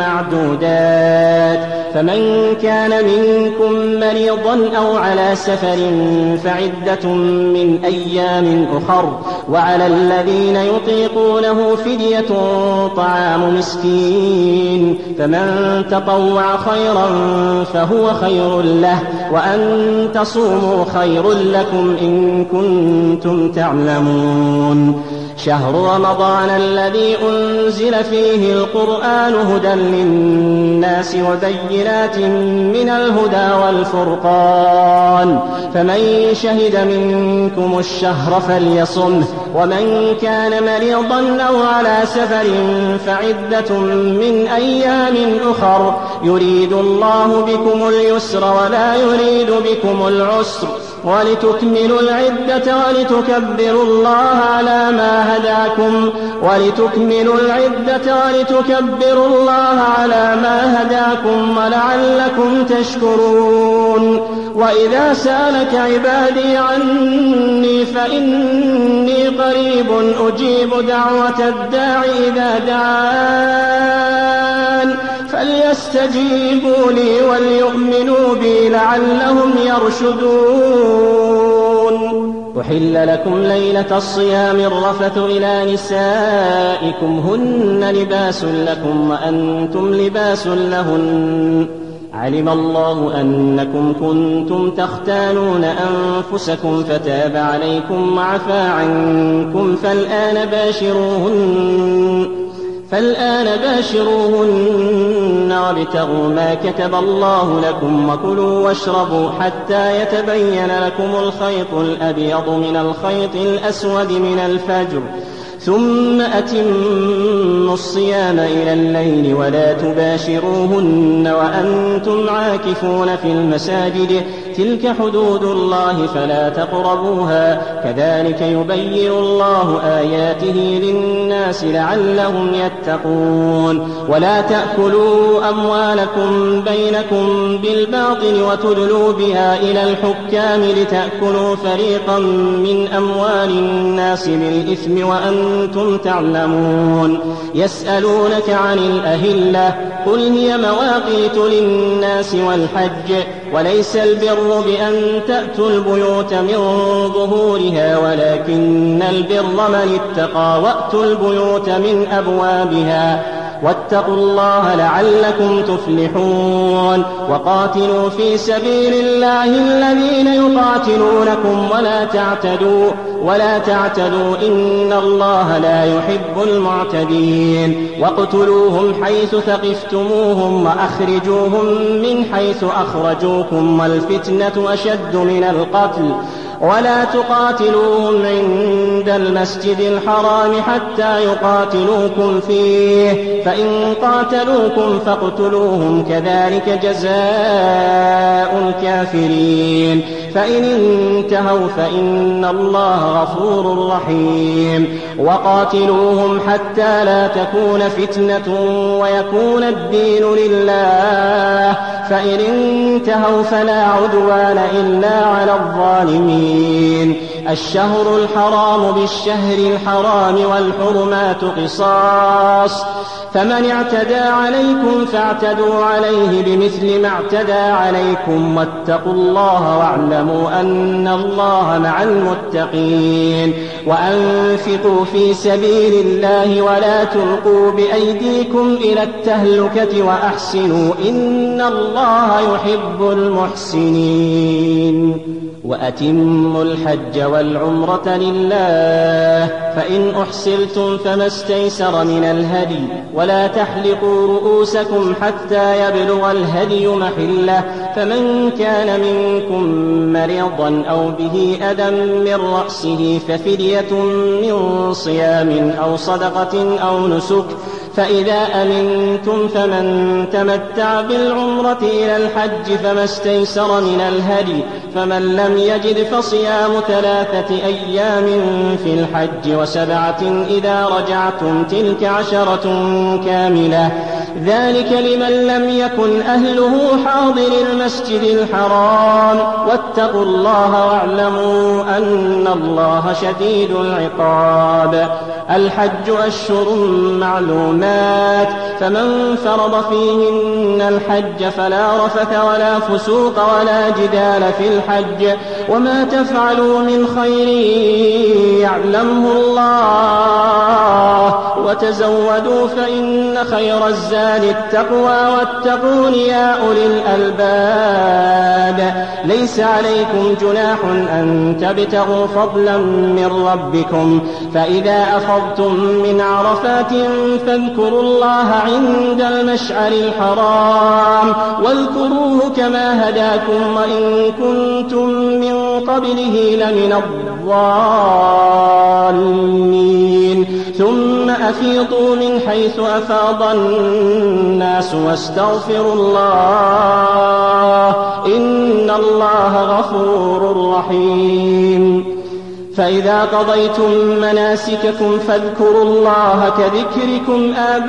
معدودات فمن كان منكم مريضا أو على سفر فعدة من أيام أخر وعلى الذين يطيقونه فدية طعام مسكين فمن تطوع خيرا فهو خير له وأن تصوموا خير لكم إن كنتم تعلمون. شهر رمضان الذي أنزل فيه القرآن هدى للناس وبينات من الهدى والفرقان فمن شهد منكم الشهر فليصمه ومن كان مريضا أو على سفر فعدة من أيام أخر يريد الله بكم اليسر ولا يريد بكم العسر ولتكملوا العدة ولتكبروا الله على ما هداكم ولتكملوا العدة ولتكبروا الله على ما هداكم ولعلكم تشكرون. وإذا سألك عبادي عني فإني قريب أجيب دعوة الداع إذا دعان فليستجيبوا لي وليؤمنوا بي لعلهم يرشدون. أحل لكم ليلة الصيام الرفث إلى نسائكم هن لباس لكم وأنتم لباس لهن علم الله أنكم كنتم تختانون أنفسكم فتاب عليكم وعفى عنكم فالآن باشروهن فالآن باشروهن وابتغوا ما كتب الله لكم وكلوا واشربوا حتى يتبين لكم الخيط الأبيض من الخيط الأسود من الفجر ثم أتموا الصيام إلى الليل ولا تباشروهن وأنتم عاكفون في المساجد تلك حدود الله فلا تقربوها كذلك يبين الله آياته للناس لعلهم يتقون. ولا تأكلوا أموالكم بينكم بالباطل وتدلوا بها إلى الحكام لتأكلوا فريقا من أموال الناس بالإثم وأنتم تعلمون. يسألونك عن الأهلة قل هي مواقيت للناس والحج وليس البر البر بأن تأتوا البيوت من ظهورها ولكن البر من اتقى وأتوا البيوت من أبوابها واتقوا الله لعلكم تفلحون وقاتلوا في سبيل الله الذين يقاتلونكم ولا تعتدوا ولا تعتدوا إن الله لا يحب المعتدين واقتلوهم حيث ثقفتموهم وأخرجوهم من حيث أخرجوكم والفتنة أشد من القتل ولا تقاتلوهم عند المسجد الحرام حتى يقاتلوكم فيه فإن قاتلوكم فاقتلوهم كذلك جزاء الكافرين فإن انتهوا فإن الله غفور رحيم وقاتلوهم حتى لا تكون فتنة ويكون الدين لله فإن انتهوا فلا عدوان إلا على الظالمين الشهر الحرام بالشهر الحرام والحرمات قصاص فمن اعتدى عليكم فاعتدوا عليه بمثل ما اعتدى عليكم واتقوا الله واعلموا أن الله مع المتقين وأنفقوا في سبيل الله ولا تلقوا بأيديكم إلى التهلكة وأحسنوا إن الله يحب المحسنين وأتموا الحج والعمرة لله فإن أحسرتم فما استيسر من الهدي ولا تحلقوا رؤوسكم حتى يبلغ الهدي محله فمن كان منكم مريضا أو به أذى من رأسه ففدية من صيام أو صدقة أو نسك فإذا أمنتم فمن تمتع بالعمرة إلى الحج فما استيسر من الهدي فمن لم يجد فصيام ثلاثة أيام في الحج وسبعة إذا رجعتم تلك عشرة كاملة ذلك لمن لم يكن أهله حاضر المسجد الحرام واتقوا الله واعلموا أن الله شديد العقاب الحج أشهر معلومات فمن فرض فيهن الحج فلا رفث ولا فسوق ولا جدال في الحج وما تفعلوا من خير يعلمه الله وتزودوا فإن خير الزاد التقوى واتقون يا أولي الألباب ليس عليكم جناح أن تبتغوا فضلا من ربكم فإذا أفضتم من عرفات فاذكروا الله عند المشعر الحرام واذكروه كما هداكم وإن كنتم من قبله لمن الضالين ثم أفيضوا من حيث أفاض الناس واستغفروا الله إن الله غفور رحيم فإذا قضيتم مناسككم فاذكروا الله كذكركم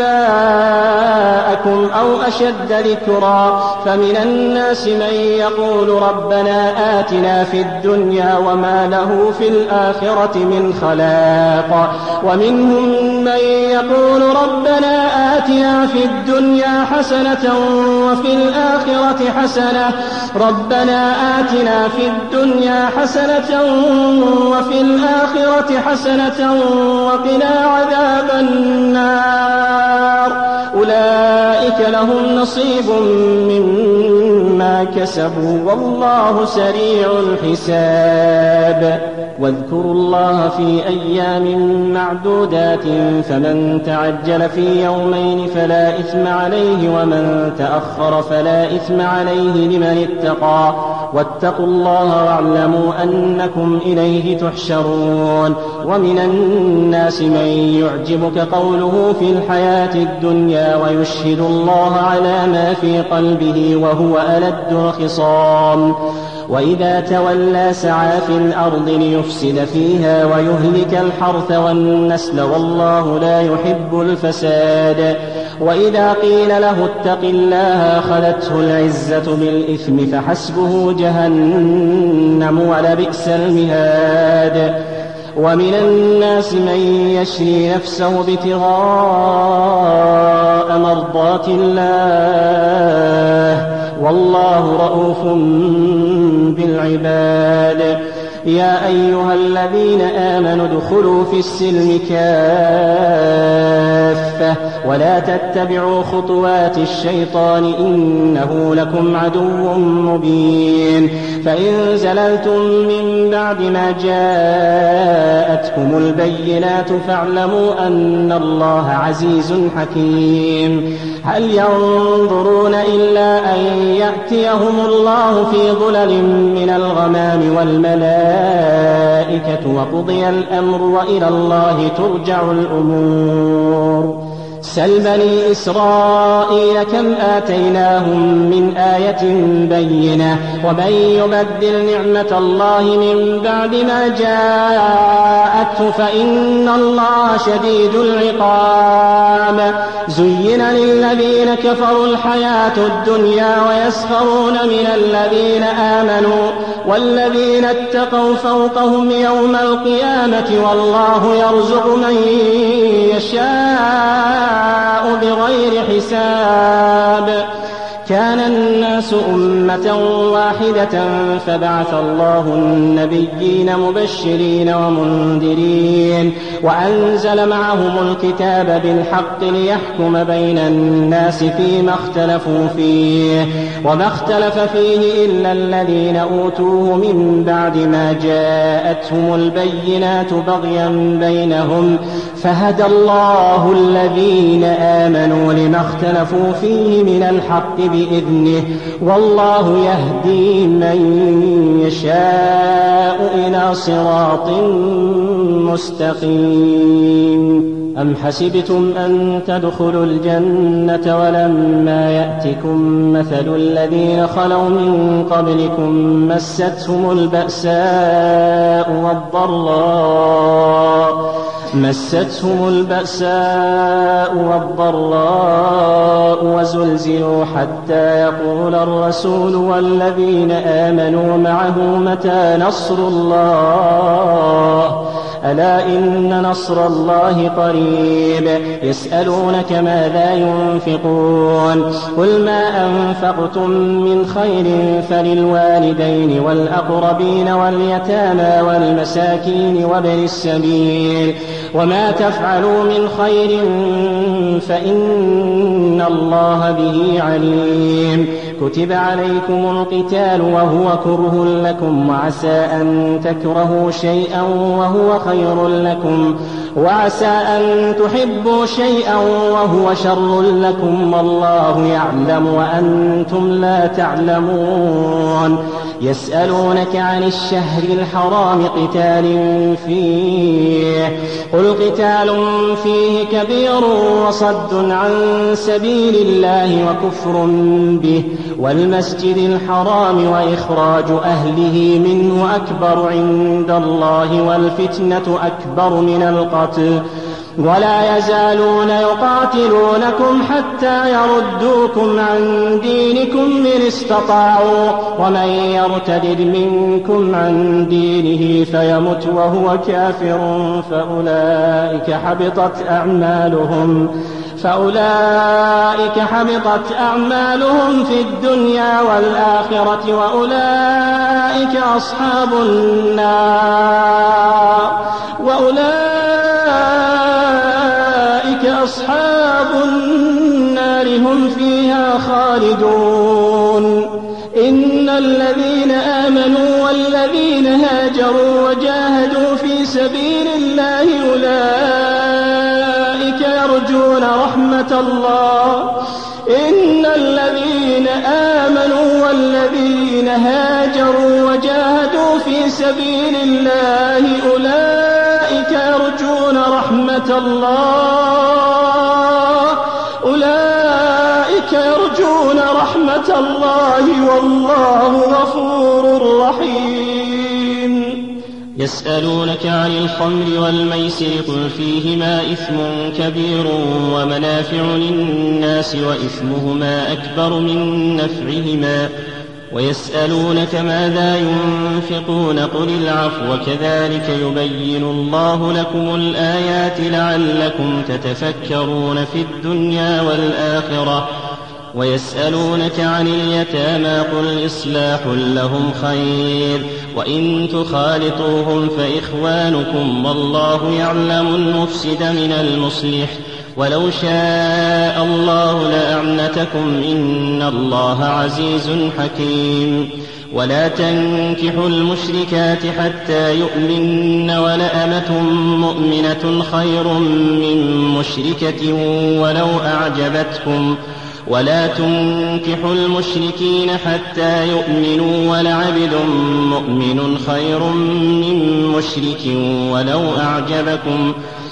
آباءكم أو أشد ذكرا فمن الناس من يقول ربنا آتنا في الدنيا وما له في الآخرة من خلاق ومنهم من يقول ربنا آتنا في الدنيا حسنة وفي الآخرة حسنة ربنا آتنا في الدنيا حسنة وفي الآخرة حسنة وقنا عذاب النار أولئك لهم نصيب مما كسبوا والله سريع الحساب واذكروا الله في أيام معدودات فمن تعجل في يومين فلا إثم عليه ومن تأخر فلا إثم عليه لمن اتقى واتقوا الله واعلموا أنكم إليه تحشرون ومن الناس من يعجبك قوله في الحياة الدنيا ويشهد الله على ما في قلبه وهو ألد الخصام وإذا تولى سعى في الأرض ليفسد فيها ويهلك الحرث والنسل والله لا يحب الفساد وإذا قيل له اتق الله أخذته العزة بالإثم فحسبه جهنم ولبئس المهاد ومن الناس من يشري نفسه ابتغاء مرضات الله والله رؤوف العباد. يا أيها الذين آمنوا ادخلوا في السلم كافة ولا تتبعوا خطوات الشيطان إنه لكم عدو مبين. فإن زللتم من بعد ما جاءتكم البينات فاعلموا أن الله عزيز حكيم. هل ينظرون إلا أن يأتيهم الله في ظلل من الغمام والملائكة وقضي الأمر وإلى الله ترجع الأمور. سل بني إسرائيل كم آتيناهم من آية بينة ومن يبدل نعمة الله من بعد ما جاءته فإن الله شديد العقاب. زين للذين كفروا الحياة الدنيا ويسخرون من الذين آمنوا والذين اتقوا فوقهم يوم القيامة والله يرزق من يشاء بغير حساب. كان الناس أمة واحدة فبعث الله النبيين مبشرين ومنذرين وأنزل معهم الكتاب بالحق ليحكم بين الناس فيما اختلفوا فيه وما اختلف فيه إلا الذين أوتوه من بعد ما جاءتهم البينات بغيا بينهم فهدى الله الذين آمنوا لما اختلفوا فيه من الحق بإذنه والله يهدي من يشاء إلى صراط مستقيم. أم حسبتم أن تدخلوا الجنة ولما يأتكم مثل الذين خلوا من قبلكم مستهم البأساء والضراء مستهم البأساء والضراء وزلزلوا حتى يقول الرسول والذين آمنوا معه متى نصر الله ألا إن نصر الله قريب. يسألونك ماذا ينفقون قل ما أنفقتم من خير فللوالدين والأقربين واليتامى والمساكين وابن السبيل وما تفعلوا من خير فإن الله به عليم. كتب عليكم القتال وهو كره لكم وعسى أن تكرهوا شيئا وهو خير لكم وعسى أن تحبوا شيئا وهو شر لكم والله يعلم وأنتم لا تعلمون. يسألونك عن الشهر الحرام قتال فيه قل قتال فيه كبير وصد عن سبيل الله وكفر به والمسجد الحرام وإخراج أهله منه أكبر عند الله والفتنة أكبر من القتل ولا يزالون يقاتلونكم حتى يردوكم عن دينكم إن استطاعوا ومن يرتد منكم عن دينه فيمت وهو كافر فأولئك حبطت أعمالهم فأولئك حبطت أعمالهم في الدنيا والآخرة وأولئك أصحاب النار وأولئك أصحاب النار هم فيها خالدون. إن الذين آمنوا والذين هاجروا وجاهدوا في سبيل الله أولئك يرجون رحمة الله. إن الذين آمنوا والذين هاجروا وجاهدوا في سبيل الله أولئك يرجون رحمة الله أولئك يرجون رحمة الله والله غفور رحيم. يسألونك عن الخمر والميسر قل فيهما إثم كبير ومنافع للناس وإثمهما أكبر من نفعهما ويسألونك ماذا ينفقون قل العفو كذلك يبين الله لكم الآيات لعلكم تتفكرون في الدنيا والآخرة ويسألونك عن اليتامى قل إصلاح لهم خير وإن تخالطوهم فإخوانكم والله يعلم المفسد من المصلح ولو شاء الله لأعنتكم إن الله عزيز حكيم ولا تنكحوا المشركات حتى يؤمن ولأمة مؤمنة خير من مشركة ولو أعجبتكم ولا تنكحوا المشركين حتى يؤمنوا ولعبد مؤمن خير من مشرك ولو أعجبكم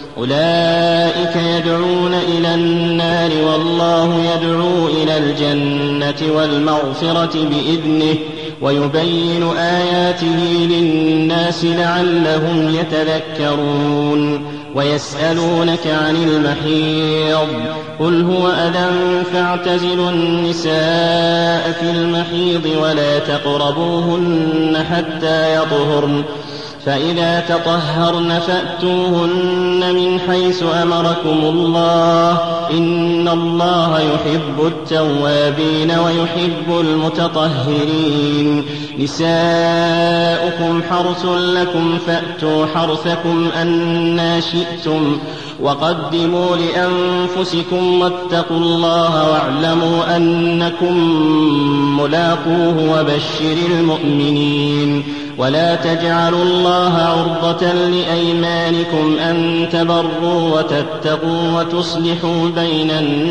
أولئك يدعون إلى النار والله يدعو إلى الجنة والمغفرة بإذنه ويبين آياته للناس لعلهم يتذكرون ويسألونك عن المحيض قل هو أذى فاعتزلوا النساء في المحيض ولا تقربوهن حتى يطهرن فإذا تطهرن فأتوهن من حيث أمركم الله إن الله يحب التوابين ويحب المتطهرين نساؤكم حرث لكم فأتوا حرثكم أنى شئتم وقدموا لأنفسكم واتقوا الله واعلموا أنكم ملاقوه وبشر المؤمنين ولا تجعلوا الله عرضة لأيمانكم أن تبروا وتتقوا وتصلحوا بين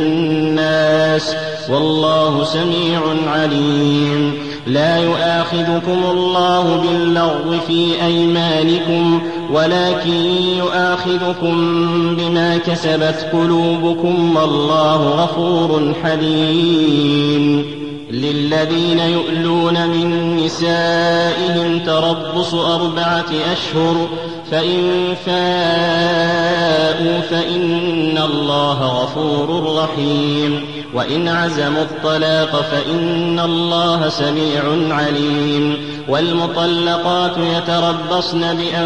الناس والله سميع عليم لا يؤاخذكم الله باللغو في أيمانكم ولكن يؤاخذكم بما كسبت قلوبكم والله غفور حليم للذين يؤلون من نسائهم تربص أربعة أشهر فإن فاءوا فإن الله غفور رحيم وإن عزموا الطلاق فإن الله سميع عليم والمطلقات يتربصن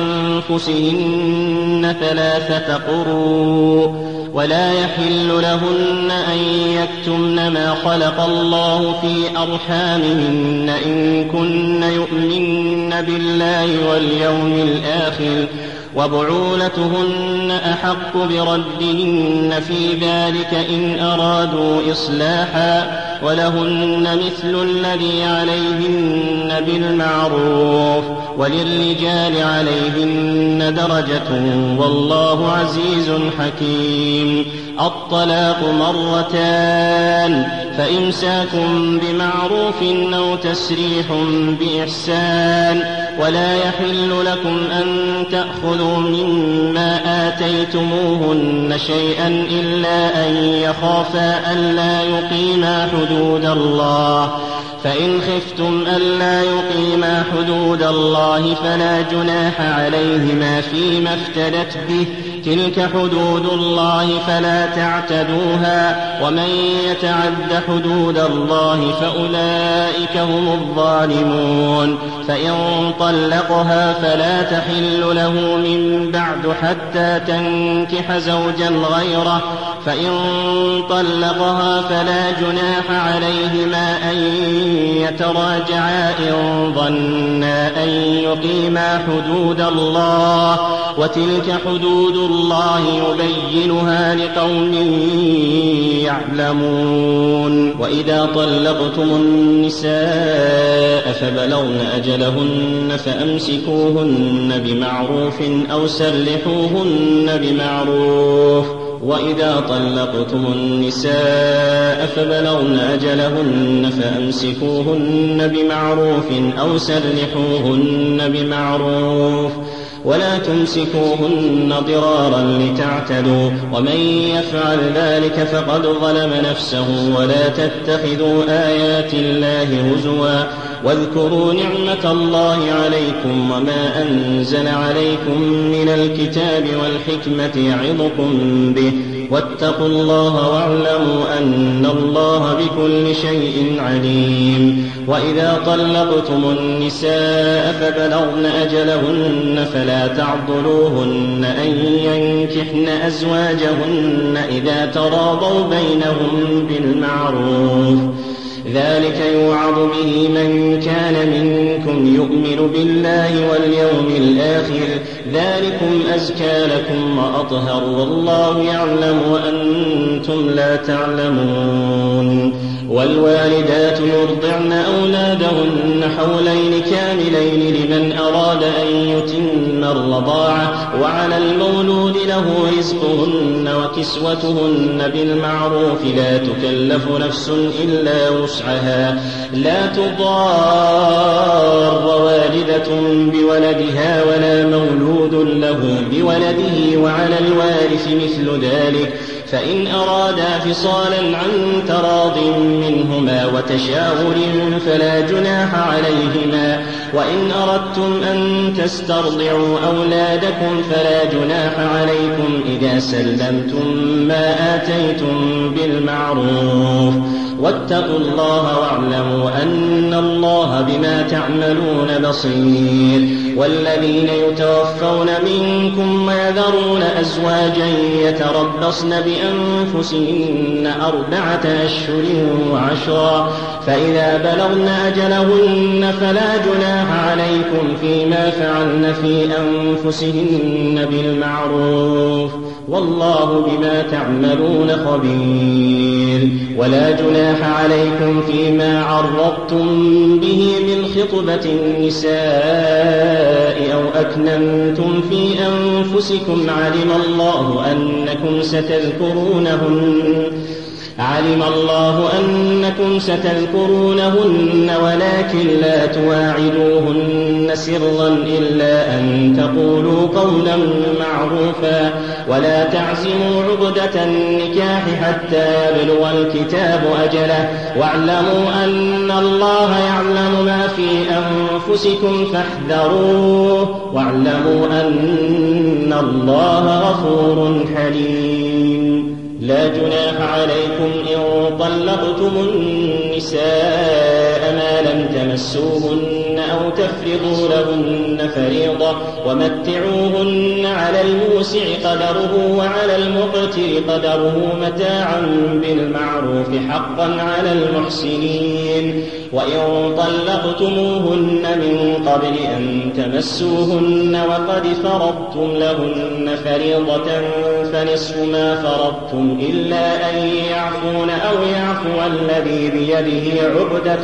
بأنفسهن ثلاثة قروء ولا يحل لهن أن يكتمن ما خلق الله في أرحامهن إن كن يؤمن بالله واليوم الآخر وبعولتهن أحق بردهن في ذلك إن أرادوا إصلاحا ولهن مثل الذي عليهن بالمعروف وللرجال عليهن درجة والله عزيز حكيم الطلاق مرتان فإمساك بمعروف أو تسريح بإحسان ولا يحل لكم أن تأخذوا مما آتيتموهن شيئا إلا أن يخافا ألا يقيما حدود الله فإن خفتم ألا يقيما حدود الله فلا جناح عليهما فيما افتدت به تلك حدود الله فلا تعتدوها ومن يتعد حدود الله فأولئك هم الظالمون فإن طلقها فلا تحل له من بعد حتى تنكح زوجا غيره فإن طلقها فلا جناح عليهما أن يتراجعا إن ظنا أن يقيما حدود الله وتلك حدود الله يبينها لقوم يعلمون وإذا طلقتم النساء فبلغن أجلهن فأمسكوهن بمعروف أو سرحوهن بمعروف وإذا طلقتم النساء فبلغن أجلهن فأمسكوهن بمعروف أو سرحوهن بمعروف ولا تمسكوهن ضرارا لتعتدوا ومن يفعل ذلك فقد ظلم نفسه ولا تتخذوا آيات الله هزوا واذكروا نعمة الله عليكم وما أنزل عليكم من الكتاب والحكمة يعظكم به واتقوا الله واعلموا أن الله بكل شيء عليم. وإذا طلقتم النساء فبلغن أجلهن فلا تعضلوهن أن ينكحن أزواجهن إذا تراضوا بينهم بالمعروف، ذلك يوعظ به من كان منكم يؤمن بالله واليوم الآخر، ذلكم أزكى لكم وأطهر، والله يعلم وأنتم لا تعلمون. والوالدات يرضعن أولادهن حولين كاملين لمن أراد أن يتم الرضاعة، وعلى المولود له رزقهن وكسوتهن بالمعروف، لا تكلف نفس إلا وسعها، لا تضار والدة بولدها ولا مولود له بولده، وعلى الوارث مثل ذلك، فإن أرادا فصالا عن تراض منهما وتشاور فلا جناح عليهما. وإن أردتم أن تسترضعوا أولادكم فلا جناح عليكم إذا سلمتم ما آتيتم بالمعروف، واتقوا الله واعلموا أن الله بما تعملون بصير. والذين يتوفون منكم ويذرون أزواجا يتربصن بأنفسهن أربعة أشهر وعشرا، فإذا بلغن أجلهن فلا جناح عليكم فيما فعلن في أنفسهن بالمعروف، والله بما تعملون خبير. ولا جناح عليكم فيما عرضتم به من خطبة النساء أو أكننتم في أنفسكم، علم الله أنكم ستذكرونهن علم الله أنكم ستذكرونهن ولكن لا تواعدوهن سرا إلا أن تقولوا قولا معروفا، ولا تعزموا عقدة النكاح حتى يبلغ الكتاب أجله، واعلموا أن الله يعلم ما في أنفسكم فاحذروه، واعلموا أن الله غفور حليم. لا جناح عليكم إن طلقتم النساء ما لم تمسوهن أو تفرضوا لهن فريضة، ومتعوهن على الموسع قدره وعلى المقتر قدره متاعا بالمعروف حقا على المحسنين. وإن طلقتموهن من قبل أن تمسوهن وقد فرضتم لهن فريضة فنصف ما فرضتم إلا أن يعفون أو يعفو الذي بيده عقدة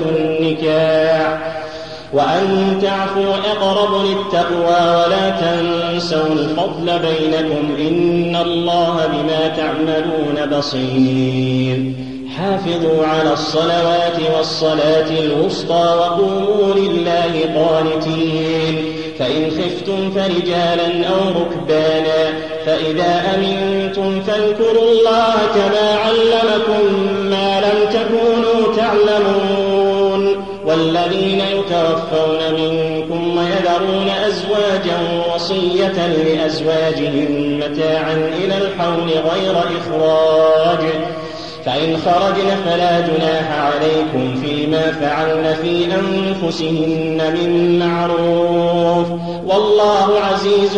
النكاح، وأن تعفوا أقرب للتقوى، ولا تنسوا الفضل بينكم إن الله بما تعملون بصير. حافظوا على الصلوات والصلاة الوسطى وقوموا لله قانتين، فإن خفتم فرجالا أو ركبانا، فإذا أمنتم فاذكروا الله كما علمكم ما لم تكونوا تعلمون. والذين يتوفون منكم ويذرون أزواجا وصية لأزواجهم متاعا إلى الحول غير إخراج، فإن خرجن فلا جناح عليكم فيما فعلن في أنفسهن من معروف، والله عزيز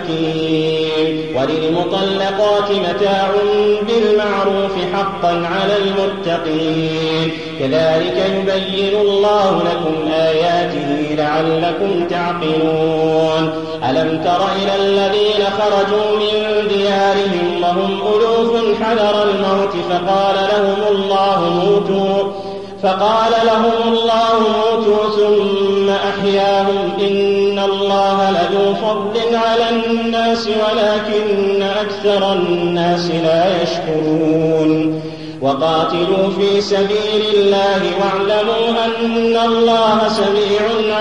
حكيم. وللمطلقات متاع بالمعروف حقا على المتقين، كذلك يبين الله لكم آياته لعلكم تعقلون. ألم تر إلى الذين خرجوا من ديارهم وهم ألوف حذر الموت فقال لهم الله موتوا فقال لهم الله موتوا ثم أحياهم إن الله لذو فضل على الناس ولكن أكثر الناس لا يشكرون. وقاتلوا في سبيل الله واعلموا أن الله سميع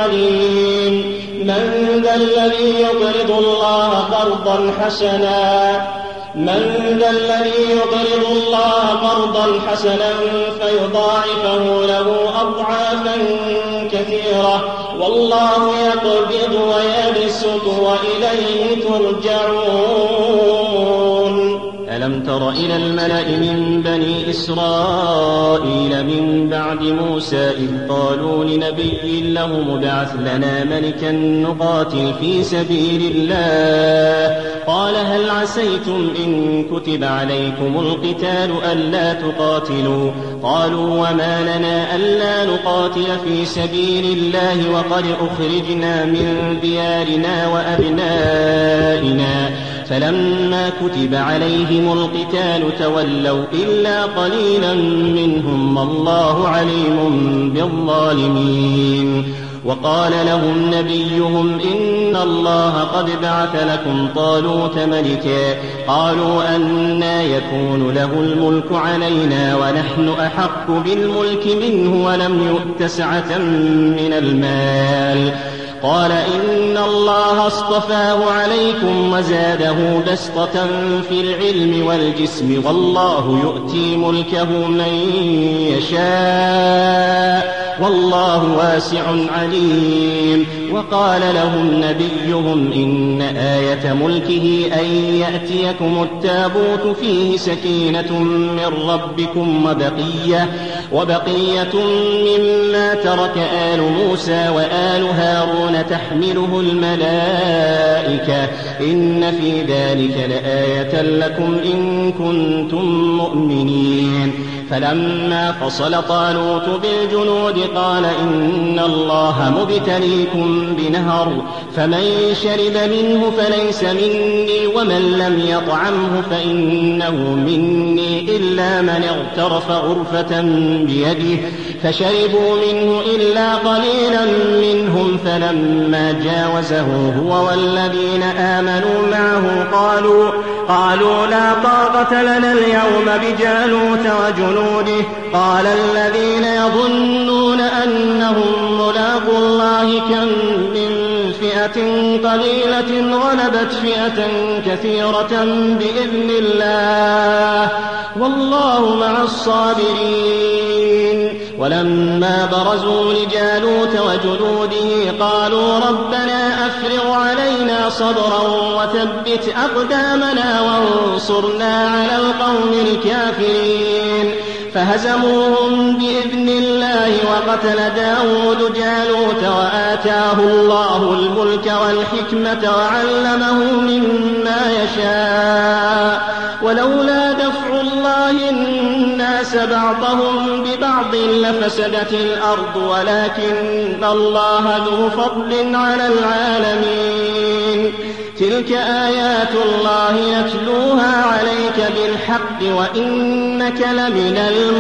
عليم. من ذا الذي يقرض الله قرضا حسنا من ذا الذي يقرض الله قرضا حسنا فيضاعفه له أضعافا كثيرة والله يقبض ويبسط وإليه ترجعون. ألم تر إلى الملأ من بني إسرائيل من بعد موسى إذ قالوا لنبي له ابعث لنا ملكا نقاتل في سبيل الله قال هل عسيتم إن كتب عليكم القتال ألا تقاتلوا قالوا وما لنا ألا نقاتل في سبيل الله وقد أخرجنا من ديارنا وأبنائنا فلما كتب عليهم القتال تولوا إلا قليلا منهم والله عليم بالظالمين وقال لهم نبيهم إن الله قد بعث لكم طالوت ملكا قالوا أنى يكون له الملك علينا ونحن أحق بالملك منه ولم يؤت سعة من المال قال إن الله اصطفاه عليكم وزاده بسطة في العلم والجسم والله يؤتي ملكه من يشاء والله واسع عليم وقال لهم نبيهم إن آية ملكه أن يأتيكم التابوت فيه سكينة من ربكم وبقية, وبقية مما ترك آل موسى وآل هارون تحمله الملائكة إن في ذلك لآية لكم إن كنتم مؤمنين فلما فصل طالوت بالجنود قال إن الله مبتليكم بنهر فمن شرب منه فليس مني ومن لم يطعمه فإنه مني إلا من اغترف غرفة بيده فشربوا منه إلا قليلا منهم فلما جاوزه هو والذين آمنوا معه قالوا قالوا لا طاقة لنا اليوم بجالوت وجنوده قال الذين يظنون أنهم ملاقو الله كم من فئة قليلة غلبت فئة كثيرة بإذن الله والله مع الصابرين ولما برزوا لجالوت وجنوده قالوا ربنا أفرغ علينا صبرا وثبت أقدامنا وانصرنا على القوم الكافرين فهزموهم بإذن الله وقتل داود جالوت وآتاه الله الملك والحكمة وعلمه مما يشاء ولولا دفع الله الناس بعضهم ببعض لفسدت الأرض ولكن الله ذو فضل على العالمين تلك آيات الله يتلوها عليك بالحق وإنك لمن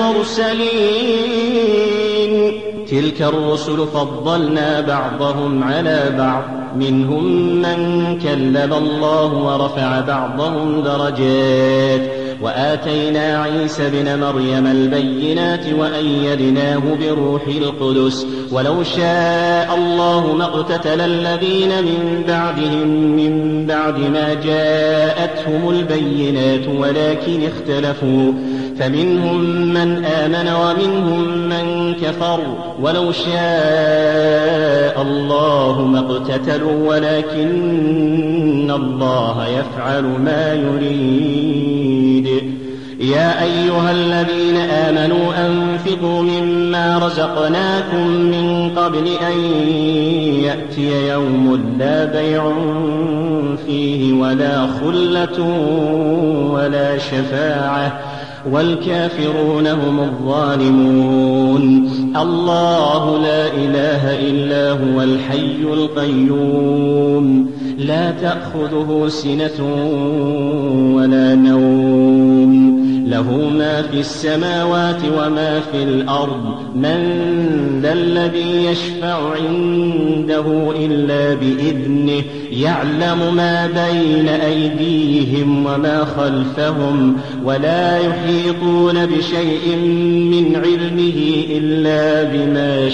المرسلين تلك الرسل فضلنا بعضهم على بعض منهم من كلم الله ورفع بعضهم درجات وآتينا عيسى ابن مريم البينات وأيدناه بروح القدس ولو شاء الله ما اقتتل الذين من بعدهم من بعد ما جاءتهم البينات ولكن اختلفوا فمنهم من آمن ومنهم من كفر ولو شاء الله ما اقتتلوا ولكن الله يفعل ما يريد يا أيها الذين آمنوا أنفقوا مما رزقناكم من قبل أن يأتي يوم لا بيع فيه ولا خلة ولا شفاعة والكافرون هم الظالمون الله لا إله إلا هو الحي القيوم لا تأخذه سنة ولا نوم له ما في السماوات وما في الأرض من ذا الذي يشفع عنده إلا بإذنه يعلم ما بين أيديهم وما خلفهم ولا يحيطون بشيء من علمه إلا بما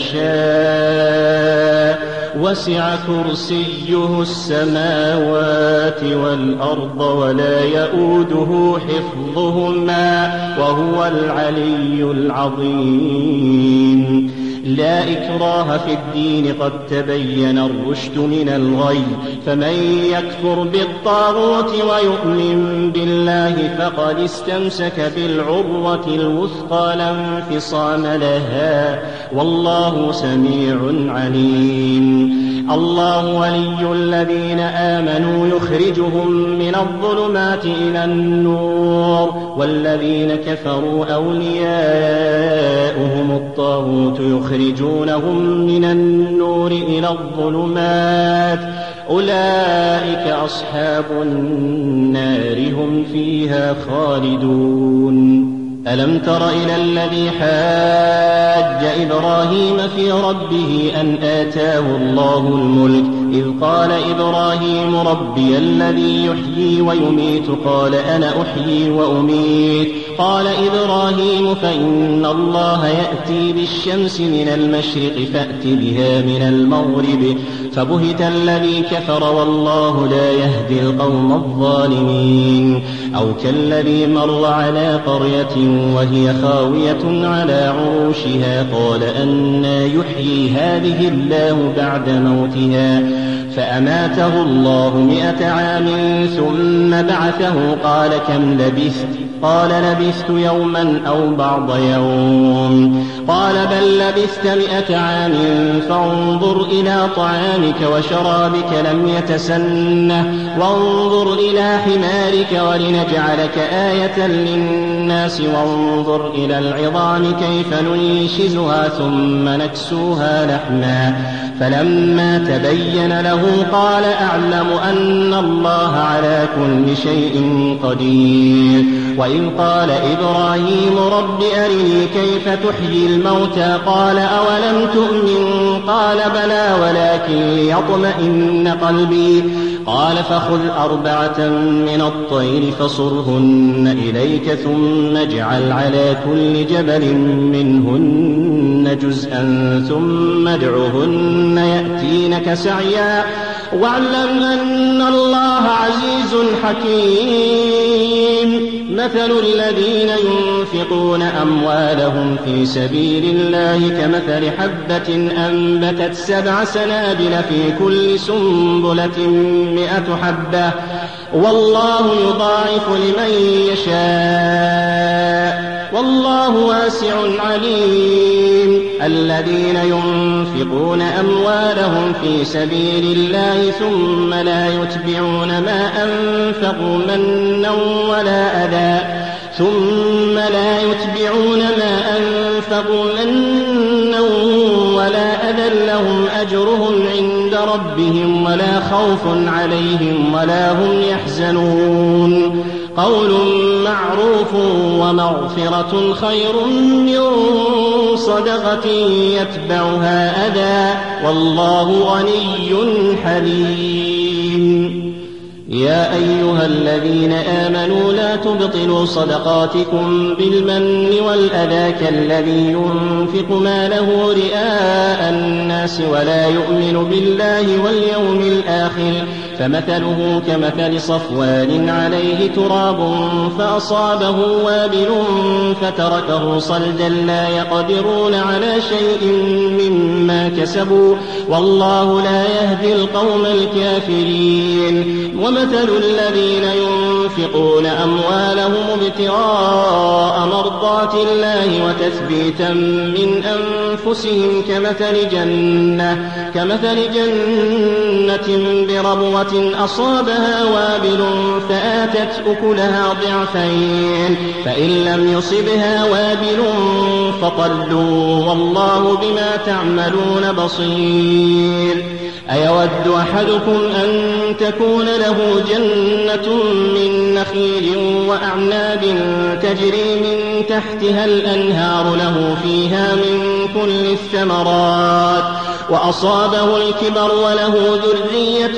شاء وسع كرسيه السماوات والأرض ولا يؤوده حفظهما وهو العلي العظيم لا إكراه في الدين قد تبين الرشد من الغي فمن يكفر بالطاغوت ويؤمن بالله فقد استمسك بالعروة الوثقى لا انفصام لها والله سميع عليم. الله ولي الذين آمنوا يخرجهم من الظلمات إلى النور والذين كفروا أولياؤهم الطاغوت يخرجونهم من النور إلى الظلمات أولئك أصحاب النار هم فيها خالدون. ألم تر إلى الذي حاج إبراهيم في ربه أن آتاه الله الملك إذ قال إبراهيم ربي الذي يحيي ويميت قال أنا أحيي وأميت قال إبراهيم فإن الله يأتي بالشمس من المشرق فأت بها من المغرب فبهت الذي كفر والله لا يهدي القوم الظالمين. أو كالذي مر على قرية وهي خاوية على عروشها قال أنى يحيي هذه الله بعد موتها فأماته الله مئة عام ثم بعثه قال كم لبثت قال لبثت يوما أو بعض يوم قال بل لبثت مئة عام فانظر إلى طعامك وشرابك لم يتسنه وانظر إلى حمارك ولنجعلك آية للناس وانظر إلى العظام كيف ننشزها ثم نكسوها لحما فلما تبين له قال أعلم أن الله على كل شيء قدير. وإذ قال إبراهيم رب أرني كيف تحيي الموتى قال أولم تؤمن قال بلى ولكن ليطمئن قلبي قال فخذ أربعة من الطير فصرهن إليك ثم اجعل على كل جبل منهن جزءا ثم ادعهن يأتينك سعيا واعلم أن الله عزيز حكيم. مثل الذين ينفقون أموالهم في سبيل الله كمثل حبة أنبتت سبع سنابل في كل سنبلة مئة حبة والله يضاعف لمن يشاء والله واسع عليم. الذين ينفقون أموالهم في سبيل الله ثم لا يتبعون ما أنفقوا منا ولا أذى ثم لا يتبعون ما أنفقوا منا ولا أذى لهم أجرهم عند ربهم ولا خوف عليهم ولا هم يحزنون. قول معروف ومغفرة خير من صدقة يتبعها أذى والله غني حليم. يا أيها الذين آمنوا لا تبطلوا صدقاتكم بالمن والأذى كالذي ينفق ماله رئاء الناس ولا يؤمن بالله واليوم الآخر فمثله كمثل صفوان عليه تراب فأصابه وابل فتركه صلدا لا يقدرون على شيء مما كسبوا والله لا يهدي القوم الكافرين. ومثل الذين ينفقون أموالهم ابتغاء مرضات الله وتثبيتا من أنفسهم كمثل جنة كمثل جنة بربوة أصابها وابل فآتت أكلها ضعفين فإن لم يصبها وابل فطل والله بما تعملون بصير. أيود أحدكم أن تكون له جنة من نخيل وأعناب تجري من تحتها الأنهار له فيها من كل الثمرات وأصابه الكبر وله ذرية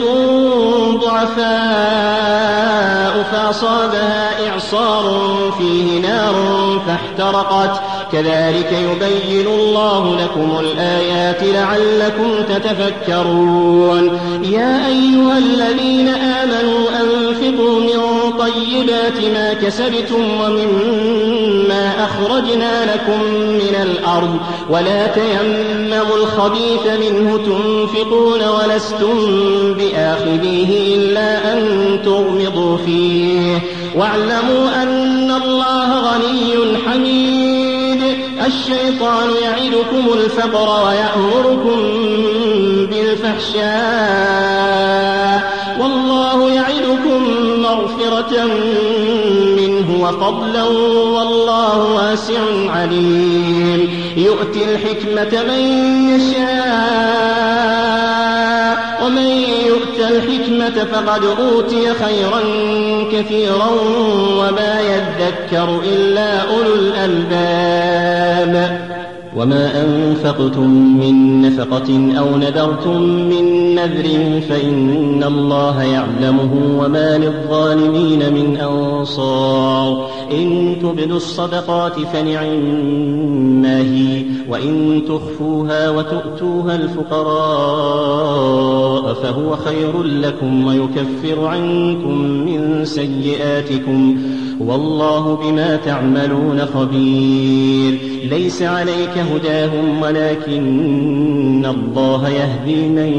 ضعفاء فأصابها إعصار فيه نار فاحترقت كذلك يبين الله لكم الآيات لعلكم تتفكرون يا أيها الذين آمنوا أنفقوا من طيبات ما كسبتم ومما أخرجنا لكم من الأرض ولا تيمموا الخبيث منه تنفقون ولستم بآخذيه إلا أن تغمضوا فيه واعلموا أن الله غني حميد الشيطان يعدكم الفقر ويأمركم بالفحشاء والله يعدكم مغفرة منه وفضلا والله واسع عليم يؤتي الحكمة من يشاء ومن يؤت الحكمة فقد أوتي خيرا كثيرا وما يذكر إلا أولو الألباب وما أنفقتم من نفقة أو نذرتم من نذر فإن الله يعلمه وما للظالمين من أنصار إن تبدوا الصدقات فنعما هي وإن تخفوها وتؤتوها الفقراء فهو خير لكم ويكفر عنكم من سيئاتكم والله بما تعملون خبير ليس عليك هداهم ولكن الله يهدي من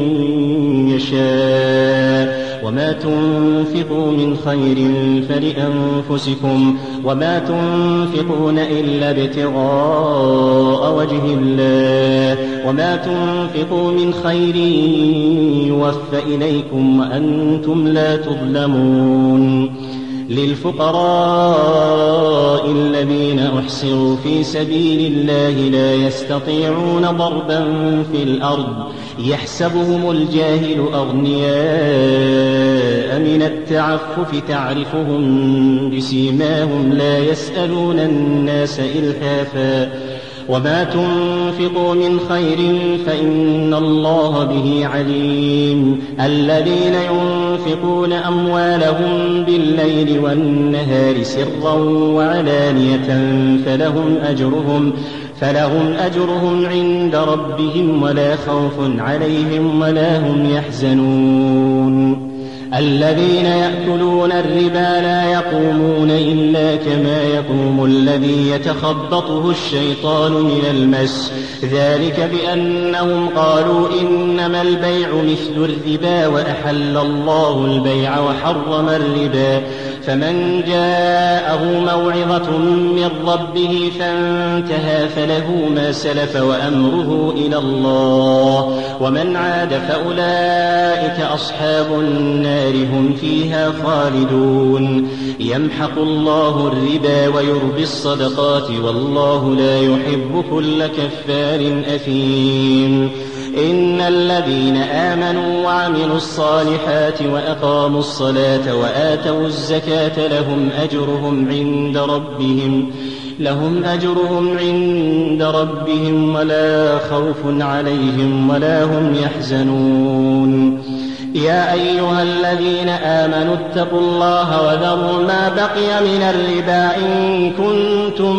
يشاء وما تنفقوا من خير فلأنفسكم وما تنفقون إلا ابتغاء وجه الله وما تنفقوا من خير يوفى إليكم وأنتم لا تظلمون للفقراء الذين أحصروا في سبيل الله لا يستطيعون ضربا في الأرض يحسبهم الجاهل أغنياء من التعفف تعرفهم بسيماهم لا يسألون الناس إلحافا وما تنفقوا من خير فإن الله به عليم الذين ينفقون أموالهم بالليل والنهار سرا وعلانية فلهم أجرهم فلهم أجرهم عند ربهم ولا خوف عليهم ولا هم يحزنون الذين يأكلون الربا لا يقومون إلا كما يقوم الذي يتخبطه الشيطان من المس ذلك بأنهم قالوا إنما البيع مثل الربا وأحل الله البيع وحرم الربا فمن جاءه موعظة من ربه فانتهى فله ما سلف وأمره إلى الله ومن عاد فأولئك أصحاب النار هم فيها خالدون يمحق الله الربا ويربي الصدقات والله لا يحب كل كفار أثيم إن الذين آمنوا وعملوا الصالحات وأقاموا الصلاة وآتوا الزكاة لهم أجرهم عند ربهم لهم أجرهم عند ربهم ولا خوف عليهم ولا هم يحزنون يا أيها الذين آمنوا اتقوا الله وذروا ما بقي من الربا إن كنتم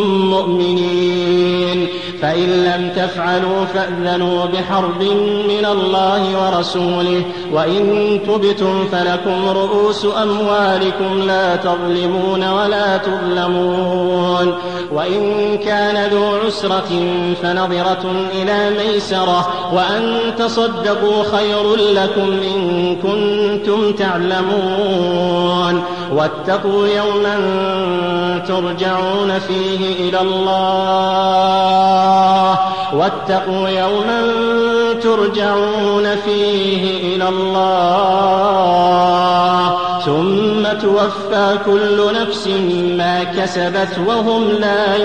مؤمنين فإن لم تفعلوا فأذنوا بحرب من الله ورسوله وإن تبتم فلكم رؤوس أموالكم لا تظلمون ولا تظلمون وإن كان ذو عسرة فنظرة إلى ميسرة وأن تصدقوا خير لكم إن كنتم تعلمون واتقوا يوما ترجعون فيه إلى الله واتقوا يوما ترجعون فيه إلى الله ثم توفى كل نفس ما كسبت وهم لا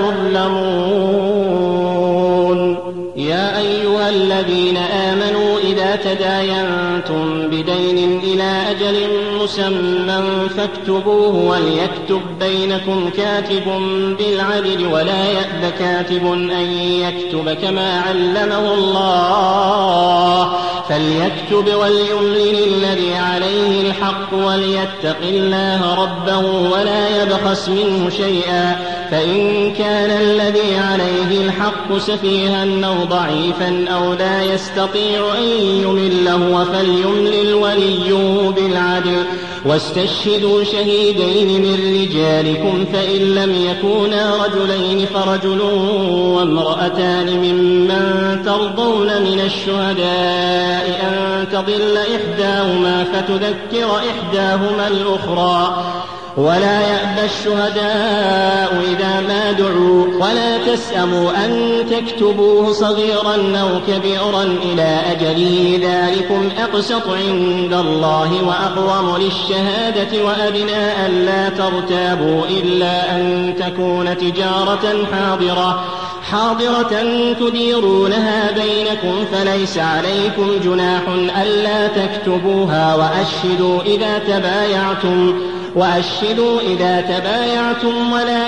يظلمون يا أيها الذين آمنوا إذا تداينتم بدين إلى أجل مسمى فاكتبوه وليكتب بينكم كاتب بالعدل ولا يأب كاتب أن يكتب كما علمه الله فليكتب وليملل الذي عليه الحق الحق وليتق الله ربه ولا يبخس منه شيئا فإن كان الذي عليه الحق سفيها أو ضعيفا أو لا يستطيع أن يمله فليملل وليه بالعدل واستشهدوا شهيدين من رجالكم فإن لم يكونا رجلين فرجل وامرأتان ممن ترضون من الشهداء أن تضل إحداهما فتذكر إحداهما الأخرى ولا يأبى الشهداء إذا ما دعوا ولا تسأموا أن تكتبوه صغيرا أو كبيرا إلى أجله ذلكم أقسط عند الله وأقوم للشهادة وأدنى ألا ترتابوا إلا أن تكون تجارة حاضرة حاضرة تديرونها بينكم فليس عليكم جناح ألا تكتبوها وأشهدوا إذا تبايعتم وأشهدوا إذا تبايعتم ولا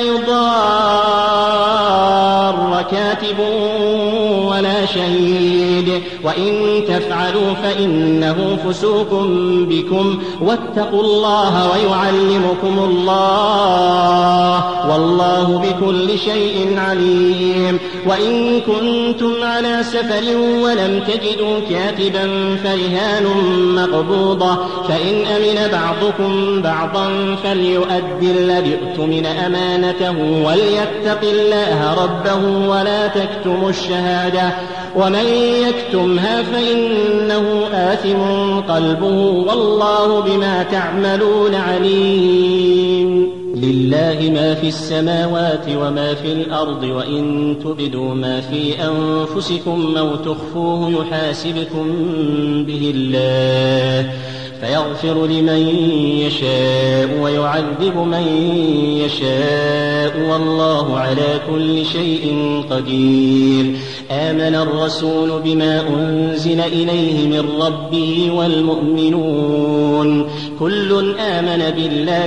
يضار كاتب ولا شهيد وإن تفعلوا فإنه فسوق بكم واتقوا الله ويعلمكم الله والله بكل شيء عليم وإن كنتم على سفر ولم تجدوا كاتبا فرهان مقبوضة فإن أمن بعضكم بعضا فليؤدي الذي اؤتمن أمانته وليتق الله ربه ولا تكتموا الشهادة ومن يكتمها فإنه آثم قلبه والله بما تعملون عليم لله ما في السماوات وما في الأرض وإن تبدوا ما في أنفسكم أو تخفوه يحاسبكم به الله فيغفر لمن يشاء ويعذب من يشاء والله على كل شيء قدير آمن الرسول بما أنزل إليه من ربه والمؤمنون كل آمن بالله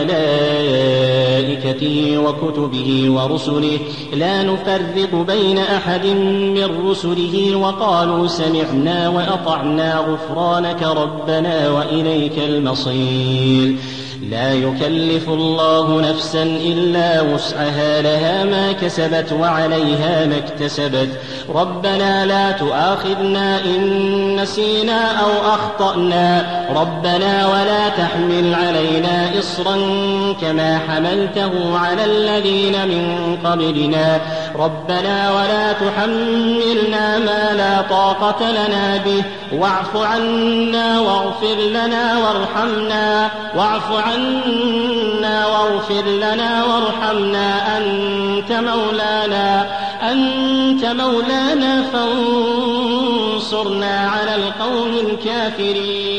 وملائكته وكتبه ورسله لا نفرق بين أحد من رسله وقالوا سمعنا وأطعنا غفرانك ربنا وإليك المصير لا يكلف الله نفسا إلا وسعها لها ما كسبت وعليها ما اكتسبت ربنا لا تؤاخذنا إن نسينا أو أخطأنا ربنا ولا تحمل علينا إصرا كما حملته على الذين من قبلنا ربنا ولا تحملنا ما لا طاقة لنا به واعف عنا واغفر لنا وارحمنا واعف عنا واغفر لنا وارحمنا أنت مولانا أنت مولانا فانصرنا على القوم الكافرين